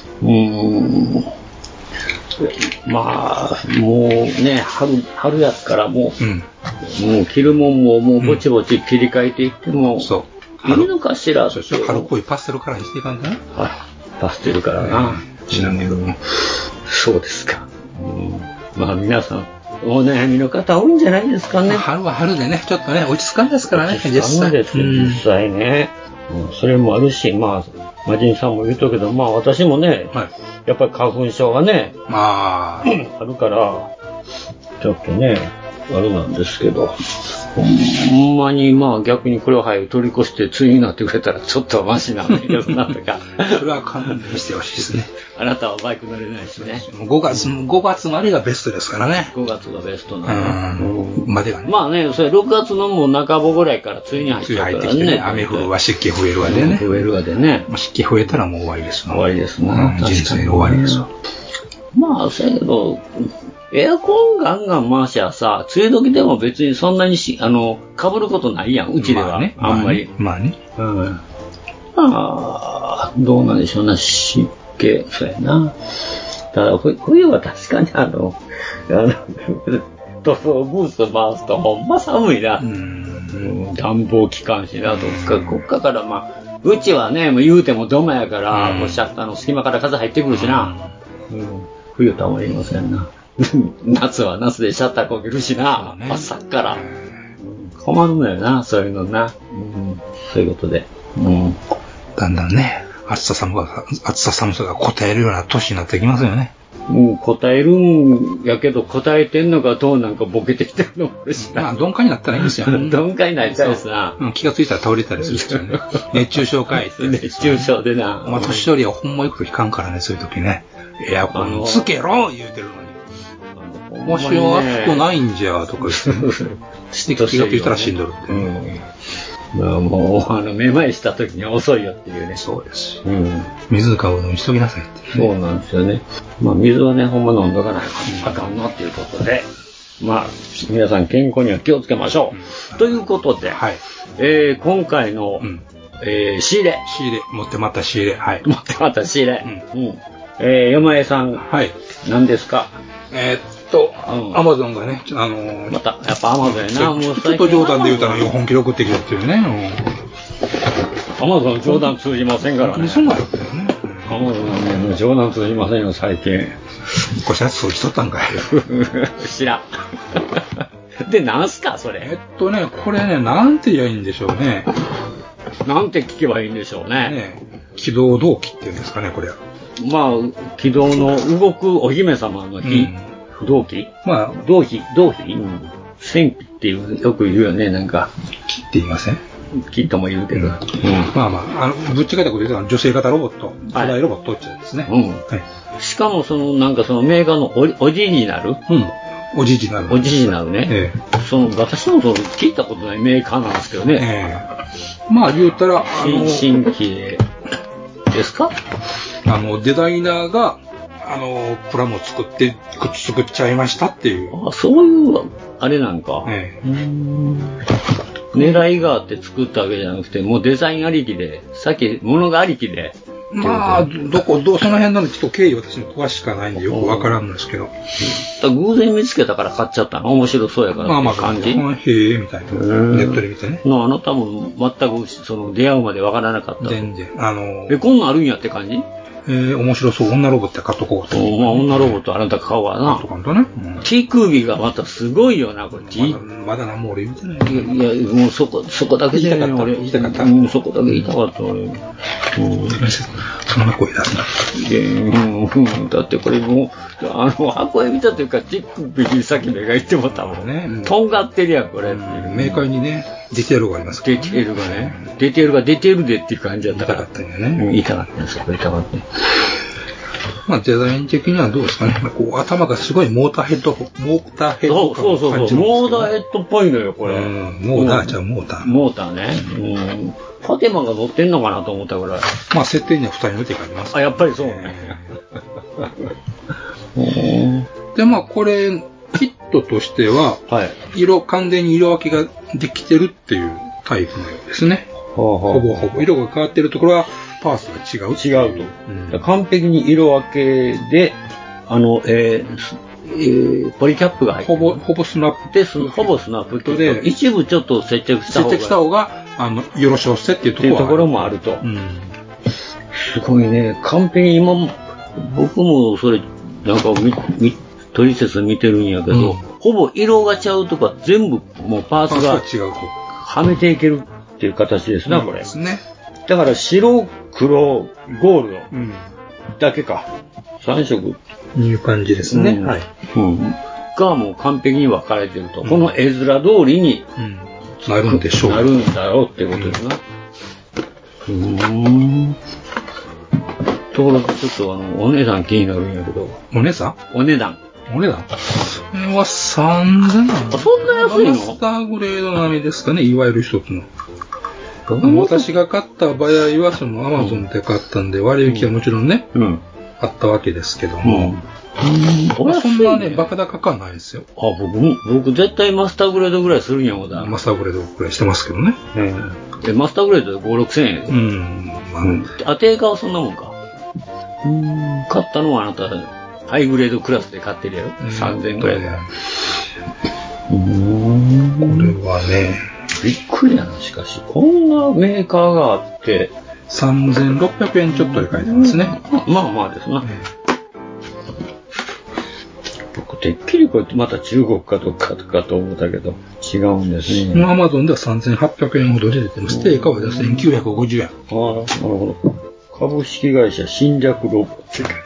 まあ、もうね、春やからもう着るもんももうぼちぼち切り替えていっても、いいのかしら。 春っぽいパステルカラーにしていかんかな。 パステルカラーな。 知らんけど。 そうですか。まあ皆さん、お悩みの方多いんじゃないですかね。 春は春でね、ちょっとね、落ち着かんですからね、実際ね。それもあるし、まあ、マジンさんも言うとけど、まあ私もね、やっぱり花粉症がね、あるから、ちょっとね、あれなんですけど、ほんまにまあ逆にこれを取り越して梅雨になってくれたらちょっとマシなんだけど、なんとか。 それは勘弁してほしいですね。 あなたはバイク乗れないしね。 5月までがベストですからね。 5月がベストなの。 までがね。 まあね、それ6月のもう半ばぐらいから梅雨に入ってくるからね。 雨降るわ、湿気増えるわでね。 増えるわでね。 湿気増えたらもう終わりです終わりですな。 人生終わりですわ。 まあ、そうやけど、エアコンガンガン回しゃさ、梅雨時でも別にそんなに被ることないやん、うちでは。あんまり。 まあね。 まあ、どうなんでしょうな、湿気、そうやな。ただ、冬は確かに塗装ブース回すとほんま寒いな。暖房機関しな、こっからまあ、うちはね、もう言うても土間やから、シャッターの隙間から風入ってくるしな。冬とは思いませんな。 夏は夏でシャッターこけるしな、朝から。困るのよな、そういうのな。そういうことで。 だんだんね、暑さ寒さが答えるような年になってきますよね。 答えるんやけど、答えてんのかどうなんかボケてきてるのもあるしな。 まあ、鈍化になったらいいんですよ。 鈍化になりたいですな。 気がついたら倒れたりする人ね。熱中症かいって。 熱中症でな。 まあ、年寄りはほんま行くと引かんからね、そういう時ね。エアコンつけろ言うてるのに。もし暑くないんじゃ、とか言って。気がついたら死んどるって。 まあもう、めまいした時には遅いよっていうね。 そうです。水買うのにしときなさいって。 そうなんですよね。まあ水はね、ほんま飲んどかないあかんのっていうことで、まあ、皆さん健康には気をつけましょう。ということで、今回の、仕入れ。 持ってまった仕入れ。はい。 持ってまった仕入れ。山江さん。 はい。 何ですか？ アマゾンがね、 また、やっぱアマゾンやな、もうちょっと冗談で言うたら本気で送ってきたっていうね。 アマゾン冗談通じませんからね。 そうなんだよね。 アマゾンね、冗談通じませんよ、最近。 こシャツそうしとったんかい。 知らん。で、なんすか、それ。 これね、なんて言えばいいんでしょうね。 なんて聞けばいいんでしょうね。 起動動機っていうんですかね、これは。 まあ、起動の動くお姫様の火。不動機？まあ、動機戦機っていう、よく言うよね、なんか。 木って言いません？ 木とも言うけど。 まあまあ、ぶっちゃけたこと言うと女性型ロボット、巨大ロボットってやつですね。 しかもなんかそのメーカーのオリジナル？ オリジナル。 オリジナルね。私も聞いたことないメーカーなんですけどね。 まあ言うたら、 新規ですか？ デザイナーが、プラモ作っちゃいましたっていう。 そういう、あれなんか。狙いがあって作ったわけじゃなくて、もうデザインありきで、さっき物がありきで。 まあ、その辺のちょっと経緯私も詳しくないんでよくわからんのですけど。 偶然見つけたから買っちゃったの？面白そうやからって感じ？ へえ、みたいな。ネットで見てね。 あなたも全く出会うまでわからなかった。 全然。 こんなんあるんやって感じ？ 面白そう。女ロボット買っとこうと。 まあ、女ロボットあなた買うわな。 とかとね。 T クービーがまたすごいよな、これ。 まだ何も俺言ってない。 いや、もうそこだけで俺。 言いたかった。 そこだけ言いたかった、俺。 そんな声出すな。だってこれもう、箱絵見たというか、T クービーにさっき目が言ってもったもんね。とんがってるやん、これ。 メーカーにね、ディテールがありますから。ディテールがね。ディテールが出てるでっていう感じだったから。 痛かったんだよね。 痛かったんですよ、これ痛かった。 まあデザイン的にはどうですかね。こう頭がすごいモーターヘッド感そう。モーターヘッドっぽいのよ、これ。 モーター。 モーターね。ファテマが乗ってんのかなと思ったぐらい。 まあ設定には2人の手があります。 やっぱりそうね。 で、まあこれ、キットとしては、完全に色分けができてるっていうタイプのようですね。ほぼほぼ。色が変わってるところは、パースが違うと。完璧に色分けで、ポリキャップが入ってる。 ほぼスナップ。 で、ほぼスナップで、一部ちょっと接着した方が、 よろしおせっていうところもあると。すごいね、完璧に僕もそれ、なんかトリセツ見てるんやけど、ほぼ色がちゃうとか全部もうパーツがはめていけるっていう形ですな、これ。 ですね。 だから白、黒、ゴールドだけか。3色。 いう感じですね。はい。 がもう完璧に分かれてると。この絵面通りになるんでしょう。 なるんだよってことですな。ところでちょっとお値段気になるんやけど。 お値段お値段それは3000円。 そんな安いの？ マスターグレード並みですかね、いわゆる一つの。私が買った場合は、アマゾンで買ったんで、割引はもちろんね、あったわけですけども。そんなね、バカ高はないですよ。 僕絶対マスターグレードぐらいするんやもんだ。 マスターグレードぐらいしてますけどね。 マスターグレードで5、6千円。定価はそんなもんか。買ったのはあなた、ハイグレードクラスで買ってるやろ。3000円ぐらいで。これはね、 びっくりやな、しかし。こんなメーカーがあって。 3600円ちょっとで書いてますね。 まあまあですな。 僕、てっきりこれまた中国かどっかと思ったけど、違うんですね。 アマゾンでは3800円ほどで出てます。定価は1950円。 ああ、なるほど。株式会社侵略ロボっていうか、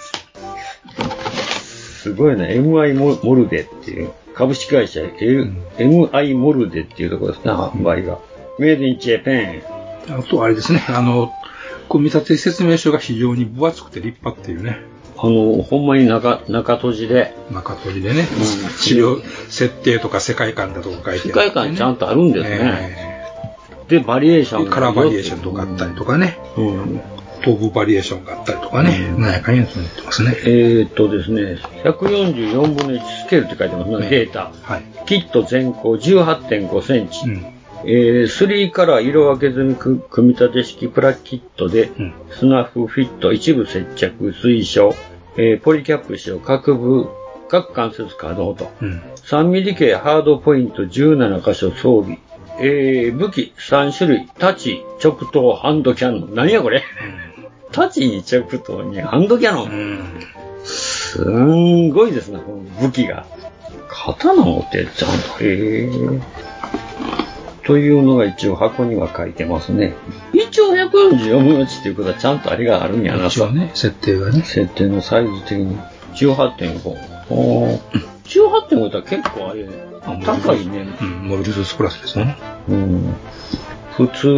すごいな、MI モルデっていう、株式会社、MI モルデっていうところですね、販売が。メイドインジャパン。 あとあれですね、組み立て説明書が非常に分厚くて立派っていうね。 ほんまに中閉じで。 中閉じでね。資料、設定とか世界観だとか書いてある、ね。 世界観ちゃんとあるんですね。で、バリエーションが。カラーバリエーションとかあったりとかね。飛ぶバリエーションがあったりとかね。何やかんやと思ってますね。 ですね、144分の1スケールって書いてますね、データ。はい。キット全高 18.5 センチ。3カラー色分け済み組み立て式プラキットで、スナフフィット一部接着推奨、ポリキャップ使用各関節可能と、3ミリ系ハードポイント17箇所装備、武器3種類、タチ、直投、ハンドキャノン。何やこれ、タチに直投にハンドキャノン。すんごいですね、この武器が。刀持ってちゃんと。というのが一応箱には書いてますね。一応144分の1っていうことはちゃんとあれがあるんやなと。 一応ね、設定がね。 設定のサイズ的に。18.5。18.5 って結構あれ、高いね。 モビルスーツプラスですね。 普通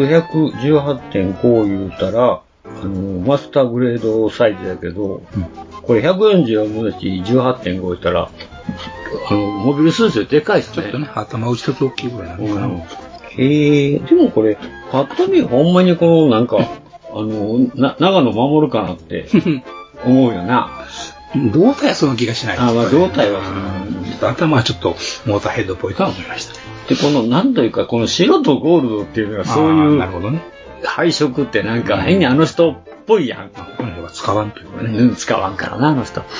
118.5 言うたら、マスターグレードサイズだけど、これ144分の1、18.5 言ったら、モビルスーツよりでかいですね。 ちょっとね、頭打ちと大きいぐらいなのかな。 でもこれ、パッと見ほんまにこのなんか、長野守るかなって思うよな。 胴体はその気がしないです。 まあ胴体は頭はちょっぽモーターヘッドっぽいとは思いました。 で、この、なんというか、この白とゴールドっていうのがそういう、なるほどね。配色ってなんか変にあの人っぽいやん。 この人は使わんというかね。 使わんからな、あの人。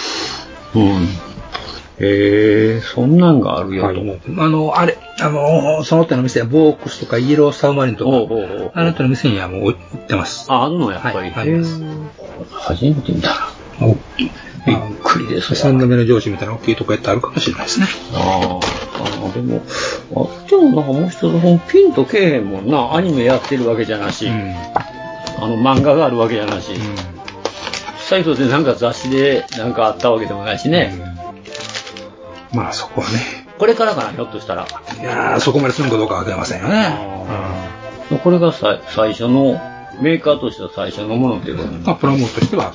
そんなんがあるよと。 あれ、その手の店はボークスとかイエローサウマリンとか、あの手の店にはもう売ってます。 あんのやっぱり。あります。初めて見たら。びっくりですね。3度目の上司みたいな大きいとこやってあるかもしれないですね。 でも、でもなんかもう一つ、ピンとけえへんもんな。アニメやってるわけじゃなし、漫画があるわけじゃなし、サイトでなんか雑誌でなんかあったわけでもないしね。 まあそこはね。 これからかな、ひょっとしたら。 いやー、そこまでするかどうかはわかりませんよね。 これが最初の、メーカーとしては最初のものっていうことプラモとしては。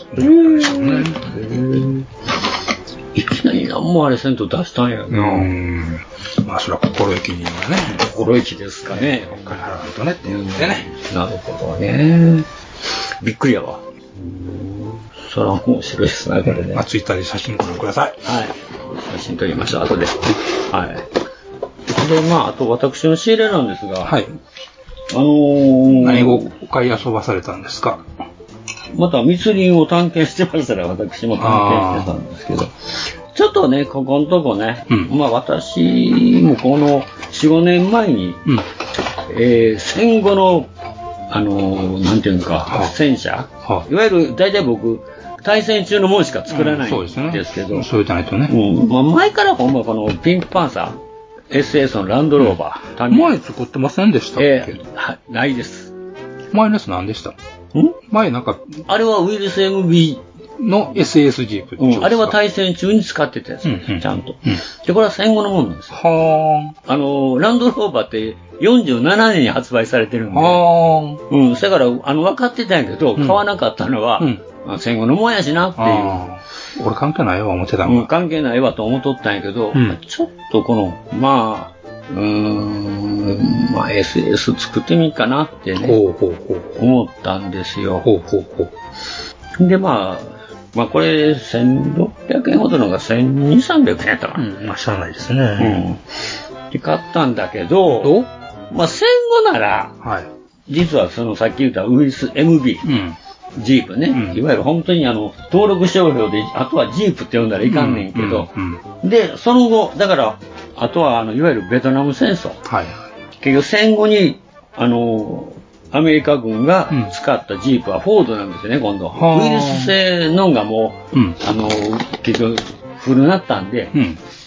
いきなり何もあれせんと出したんやな。 まあそれは心意気にはね。 心意気ですかね。 お金払わんとねっていうんでね。 なるほどね。びっくりやわ。それは面白いですね、これね。 ツイッターで写真ご覧ください。 はい。写真撮りました、後で。はい。で、あと私の仕入れなんですが。 はい。何をお買い遊ばされたんですか？ また密林を探検してましたら、私も探検してたんですけど、ちょっとね、ここのとこね、私もこの4、5年前に、戦後の、なんていうのか、戦車、いわゆる、大体僕、対戦中のものしか作らないんですけど、 そうじゃないとね。 前からほんまこのピンクパンサー、SS のランドローバー。 前作ってませんでしたっけ？ ないです。 前のやつ何でした？前なんか、 あれはウイルス MB の SS ジープ。 あれは対戦中に使ってたやつです、ちゃんと。で、これは戦後のものなんですよ。ランドローバーって47年に発売されてるんで、だから、分かってたんやけど、買わなかったのは、戦後のもんやしなっていう。 俺関係ないわ、思ってたの。 関係ないわと思っとったんやけど、ちょっとこの、SS 作ってみっかなってね、思ったんですよ。で、これ、1600円ほどのが1200、300円やったかな。 しゃあないですね。 で、買ったんだけど、戦後なら、実はさっき言ったウイルス MB、ジープね、いわゆる本当に登録商標で、あとはジープって呼んだらいかんねんけど、で、その後、だから、あとは、いわゆるベトナム戦争。結局戦後に、アメリカ軍が使ったジープはフォードなんですよね、今度。ウイルス製のがもう、結局古なったんで、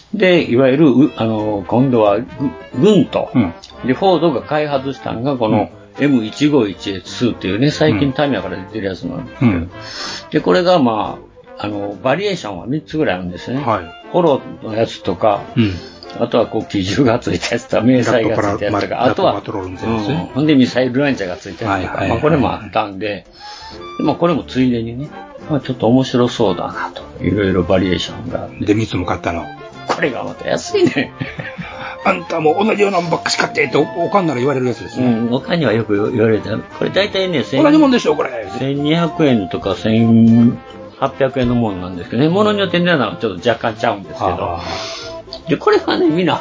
で、いわゆる、今度は軍と、で、フォードが開発したのが、この M151S2 っていうね、最近タミヤから出てるやつなんですけど、で、これがまあ、バリエーションは3つぐらいあるんですね。ホロのやつとか、あとはこう、機銃がついたやつとか、迷彩がついたやつとか、あとは、ほんでミサイルランチャーがついたやつとか、まあこれもあったんで、まあこれもついでにね、まあちょっと面白そうだなと、いろいろバリエーションがあって。 で、3つも買ったの。 これがまた安いね。 あんたも同じようなのばっかし買ってっておかんなら言われるやつですね。 おかんにはよく言われた。これ大体ね、 同じもんでしょ、これ。 1200円とか1800円のものなんですけどね、ものによって値段はちょっと若干ちゃうんですけど。で、これがね、みんな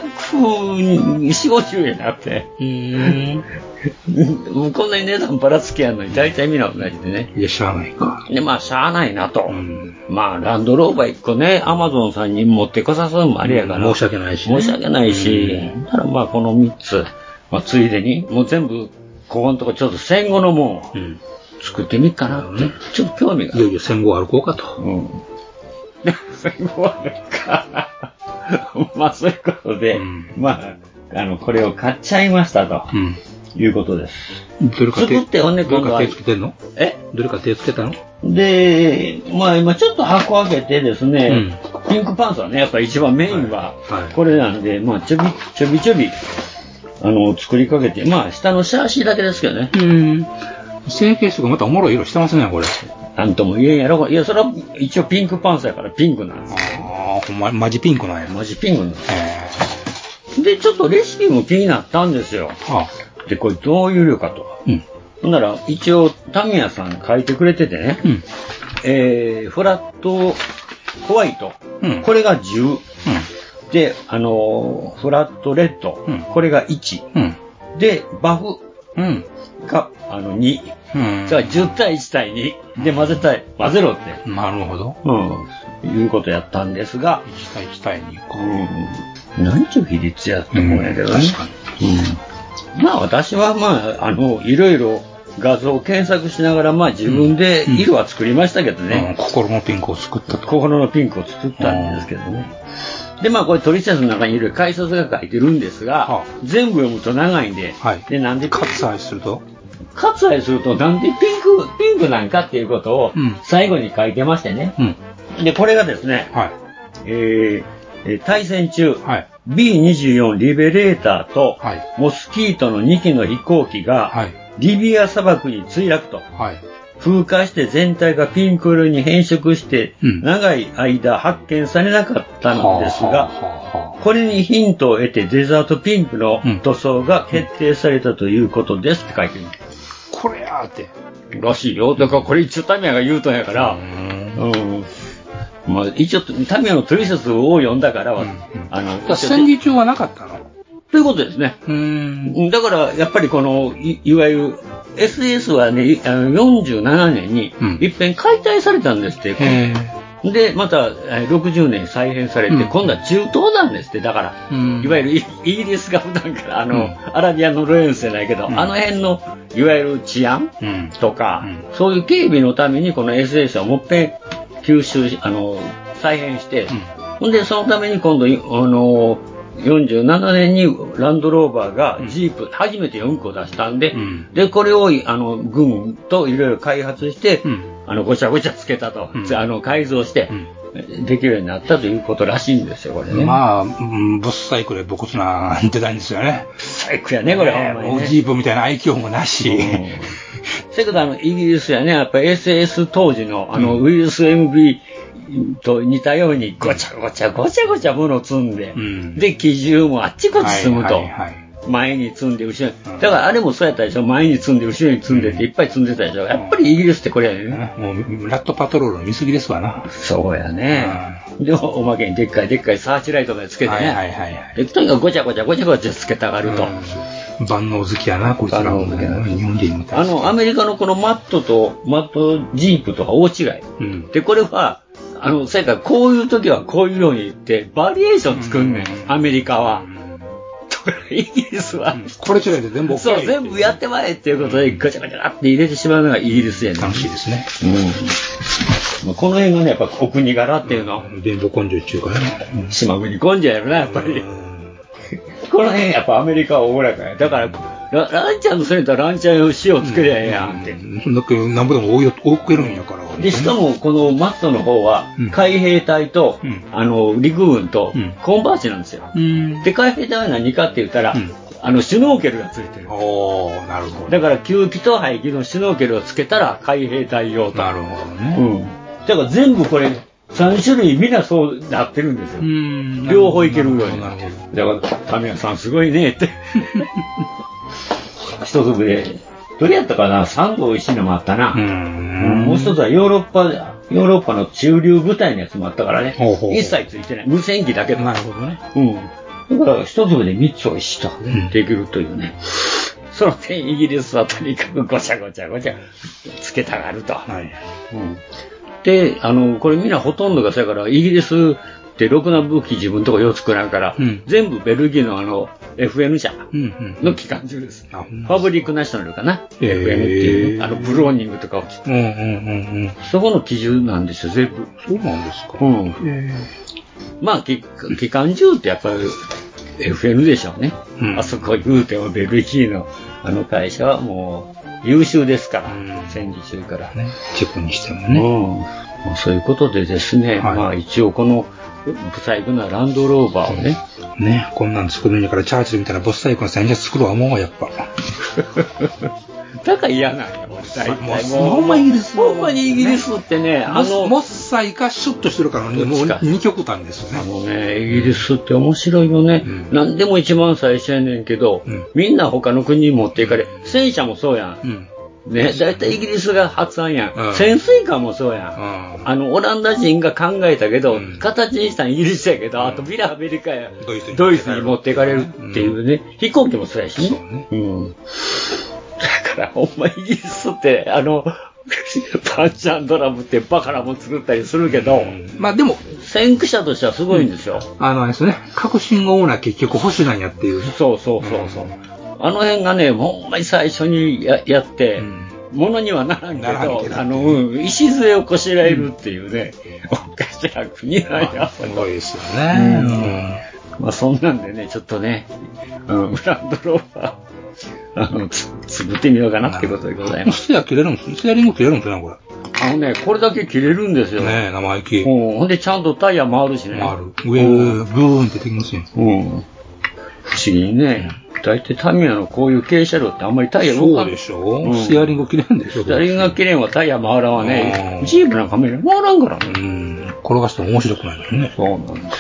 840、50円あって。もうこんなに値段ばらつきやんのに、大体みんな同じでね。 いや、しゃあないか。 で、まあ、しゃあないなと。まあ、ランドローバー1個ね、アマゾンさんに持ってこさすのもあれやから。 申し訳ないし、ね。 申し訳ないし。だからまあ、この3つ、まあ、ついでに、もう全部、ここのとこちょっと戦後のもんを作ってみっかなって、ちょっと興味が。 いよいよ戦後歩こうかと。 戦後歩か。まあ、そういうことで、まあ、これを買っちゃいましたと。いうことです。 どれか作ってほんで今度は。 どれか手つけてんの？どれか手つけたの？ で、まあ今ちょっと箱開けてですね、ピンクパンツはね、やっぱり一番メインはこれなんで、まあちょび作りかけて、まあ下のシャーシーだけですけどね。 成形色がまたおもろい色してますね、これ。 なんとも言えんやろ。いや、それは一応ピンクパンツやからピンクなんですよ。 ほんま、マジピンクなんや。 マジピンクなんですよ。で、ちょっとレシピも気になったんですよ。で、これどういう量かと。ほんなら、一応、タミヤさん書いてくれててね、フラットホワイト、これが10、で、フラットレッド、これが1、で、バフが2、じゃあ10対1対2で混ぜろって。 なるほど。 いうことやったんですが、 1対1対2か。 何ちゅう比率やと思うんやけどね。確かに。まあ私はまあ、いろいろ画像を検索しながら、まあ自分で色は作りましたけどね。 心のピンクを作ったと。 心のピンクを作ったんですけどね。で、まあこれ取説の中にいろいろ解説が書いてるんですが、全部読むと長いんで、で、なんで割愛するとなんでピンクなんかっていうことを最後に書いてましてね。で、これがですね、対戦中、B24 リベレーターと、モスキートの2機の飛行機が、リビア砂漠に墜落と、風化して全体がピンク色に変色して、長い間発見されなかったのですが、これにヒントを得てデザートピンクの塗装が決定されたということですって書いてる。 これやーって。 らしいよ。だからこれ一応タミヤが言うとんやから、まあ一応タミヤの取説を読んだからは、 戦時中はなかったのということですね。だからやっぱりこの、いわゆる SS はね、47年に一遍解体されたんですって。で、また60年再編されて、今度は中東なんですって。だから、いわゆるイギリスが普段からアラビアのロレンスじゃないけど、あの辺のいわゆる治安とか、そういう警備のためにこの SS をもっぺん吸収再編して、ほんでそのために今度47年にランドローバーがジープ、初めて4個出したんで、で、これを軍といろいろ開発して、ごちゃごちゃつけたと、改造して、できるようになったということらしいんですよ、これね。 まあ、ぶっさいくらい武骨なデザインですよね。 ぶっさいくやね、これ、ほんまにね。 ジープみたいな愛嬌もなし。 せやけど、イギリスやね、やっぱり SS 当時の、ウイルス MB、と似たようにごちゃごちゃ物を積んで、で、機銃もあっちこっち積むと、前に積んで後ろに、だからあれもそうやったでしょ、前に積んで後ろに積んでっていっぱい積んでたでしょ、やっぱりイギリスってこれやね。 もうラットパトロールの見過ぎですわな。 そうやね。で、おまけにでっかいサーチライトまでつけてね。で、とにかくごちゃごちゃつけたがると。 万能好きやな、こいつら。日本人みたいな。アメリカのこのマットジープとか大違い。で、これは、それからこういう時はこういうように言って、バリエーション作んねん、アメリカは。イギリスは。 これ違いで全部 OK。 そう、全部やってまえっていうことで、ガチャガチャって入れてしまうのがイギリスやねん。 楽しいですね。 この辺がね、やっぱお国柄っていうの。 伝統根性っていうかね。 島国根性やろな、やっぱり。この辺やっぱアメリカはおおらかや。だから、ランちゃんのせいだったらランちゃん用塩つけりゃええやんって。 だけど、なんぼでも多くいるんやから。 で、しかもこのマットの方は、海兵隊と、陸軍と、コンバーチなんですよ。で、海兵隊は何かって言ったら、シュノーケルがついてる。 なるほど。 だから、吸気と排気のシュノーケルをつけたら海兵隊用と。 なるほどね。 だから全部これ、3種類みんなそうなってるんですよ。両方いけるように。だから、タミヤさんすごいねって。一粒で、どれやったかな ?3 度美味しいのもあったな。もう一つはヨーロッパの中流部隊のやつもあったからね。一切ついてない。無線機だけど。 なるほどね。 だから一粒で3つ美味しいとできるというね。その点イギリスはとにかくごちゃごちゃつけたがると。で、これみんなほとんどがそうやから、イギリスってろくな武器自分とこよう作らんから、全部ベルギーのFN 社の機関銃です。ファブリックナショナルかな。FN っていう、ブローニングとかをそこの基準なんですよ、全部。 そうなんですか。 まあ、機関銃ってやっぱり FN でしょうね。あそこ言うてもベルギーの会社はもう、優秀ですから、戦時中から。 チェコにしてもね。 そういうことでですね、まあ一応この、ブサイクなランドローバーをね。 こんなん作るんやから、チャーチルみたいなブサイクな戦車作るわ、思うわ、やっぱ。 だから嫌なんや、大体もう。 ほんまイギリス。 ほんまにイギリスってね、 モッサイがシュッとしてるからね、もう二極端ですよね。 イギリスって面白いよね。何でも一番最初やねんけど、みんな他の国に持っていかれ、戦車もそうやん。ね、だいたいイギリスが発案やん。潜水艦もそうやん。オランダ人が考えたけど、形にしたんイギリスやけど、あとビラアメリカやドイツに持っていかれるっていうね。飛行機もそうやしね。だからほんまイギリスって、パンチャンドラムってバカなもん作ったりするけど、 まあでも、 先駆者としてはすごいんですよ。 あれですね、革新がオーナー結局保守なんやっていう。 そう。あの辺がね、ほんまに最初にやって、ものにはならんけど、礎をこしらえるっていうね、おかしな国なんや。 すごいですよね。 まあそんなんでね、ちょっとね、ランドローバー、作ってみようかなってことでございます。 ステア切れるんですステアリング切れるんですね、これ。 これだけ切れるんですよ。 ね生意気。 ほんでちゃんとタイヤ回るしね。 回る。上、ブーンってできますよ。 不思議にね。大体タミヤのこういう軽車両ってあんまりタイヤ動かん。 そうでしょステアリング切れんでしょステアリングが切れんはタイヤ回らんわね。ジープなんか回らんからね。 転がしても面白くないですね。 そうなんです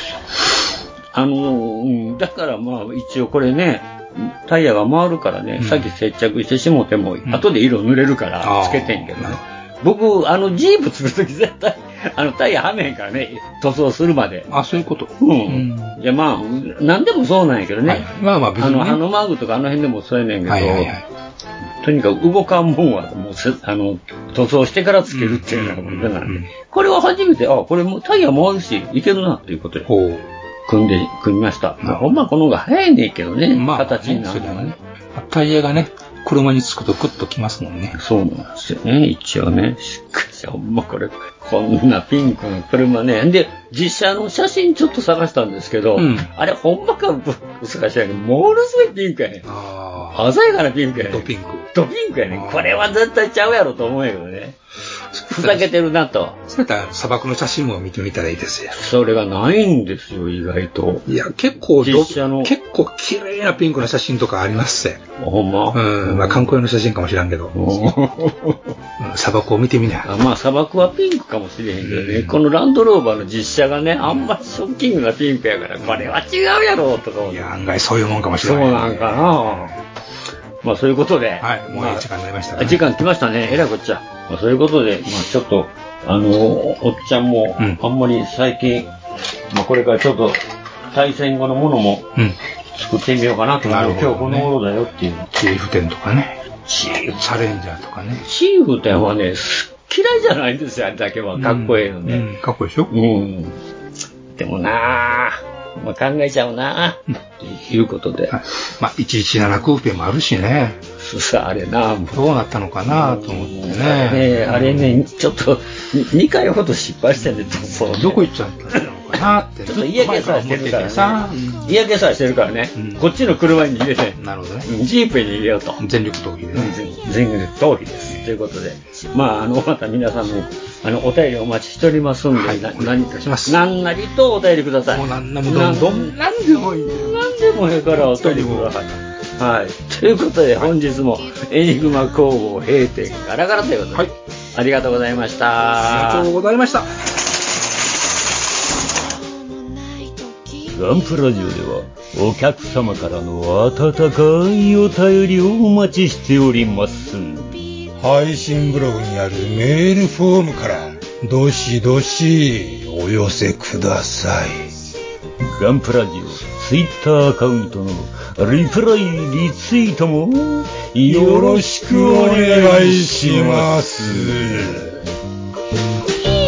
よ。だからまあ一応これね、タイヤが回るからね、さっき接着してしもても、後で色塗れるからつけてんけどね。僕、ジープ作るとき絶対、タイヤはめへんからね、塗装するまで。 そういうこと。 いや、まあ、なんでもそうなんやけどね。 まあまあ別に、 ハノマーグとか辺でもそうやねんけど、とにかく動かんもんは、もう、塗装してからつけるっていうようなことなんで、これは初めて、これもタイヤ回るし、いけるなっていうことで、組みました。ほんまこの方が早いねんけどね、形になるのはね。 タイヤがね、車につくとグッときますもんね。 そうなんですよね、一応ね。しかし、ほんまこれ、こんなピンクの車ね。で、実写の写真ちょっと探したんですけど、あれほんまか難しいやけど、ものすごいピンクやねん。鮮やかなピンクやねん。 ドピンク。 ドピンクやねん。これは絶対ちゃうやろと思うんやけどね。ふざけてるなと。 そういった砂漠の写真も見てみたらいいですよ。 それがないんですよ、意外と。 いや、結構綺麗なピンクの写真とかありますぜ。 ほんままあ観光用の写真かもしらんけど。砂漠を見てみな。 まあ砂漠はピンクかもしれへんけどね、このランドローバーの実写がね、あんまりショッキングなピンクやから、これは違うやろとか思う。 いや、案外そういうもんかもしれない。 そうなんかな。まあそういうことで。 はい、もういい時間になりましたね。 時間来ましたね。えらいこっちゃ。まあそういうことで、まあちょっと、おっちゃんも、あんまり最近、まあこれからちょっと、対戦後のものも、作ってみようかなと思う。今日この頃だよっていう。 チーフ店とかね。チャレンジャーとかね。 チーフ店はね、嫌いじゃないんですよ、あれだけは。かっこいいのね。 かっこいいでしょでもなぁ、まあ考えちゃうなぁ、ということで。 まあ117クーペもあるしね。 あれな、 どうなったのかなと思ってね。 あれね、ちょっと2回ほど失敗してね、 どこ行っちゃったのかなって。 ちょっと嫌気さしてるからさ、嫌気さしてるからね、こっちの車に入れて、 なるほどね。 ジープに入れようと。 全力逃避でね。 全力逃避です。ということで、また皆さんも、お便りお待ちしておりますんで、何なりとお便りください。 もう何でもどんどん。何でもいい。 何でもいいからお便りください。はい。ということで、本日もエニグマ工房閉店ガラガラということで、ありがとうございました。 ありがとうございました。 ガンプラジオではお客様からの温かいお便りをお待ちしております。 配信ブログにあるメールフォームからどしどしお寄せください。 ガンプラジオツイッターアカウントのリプライリツイートもよろしくお願いします。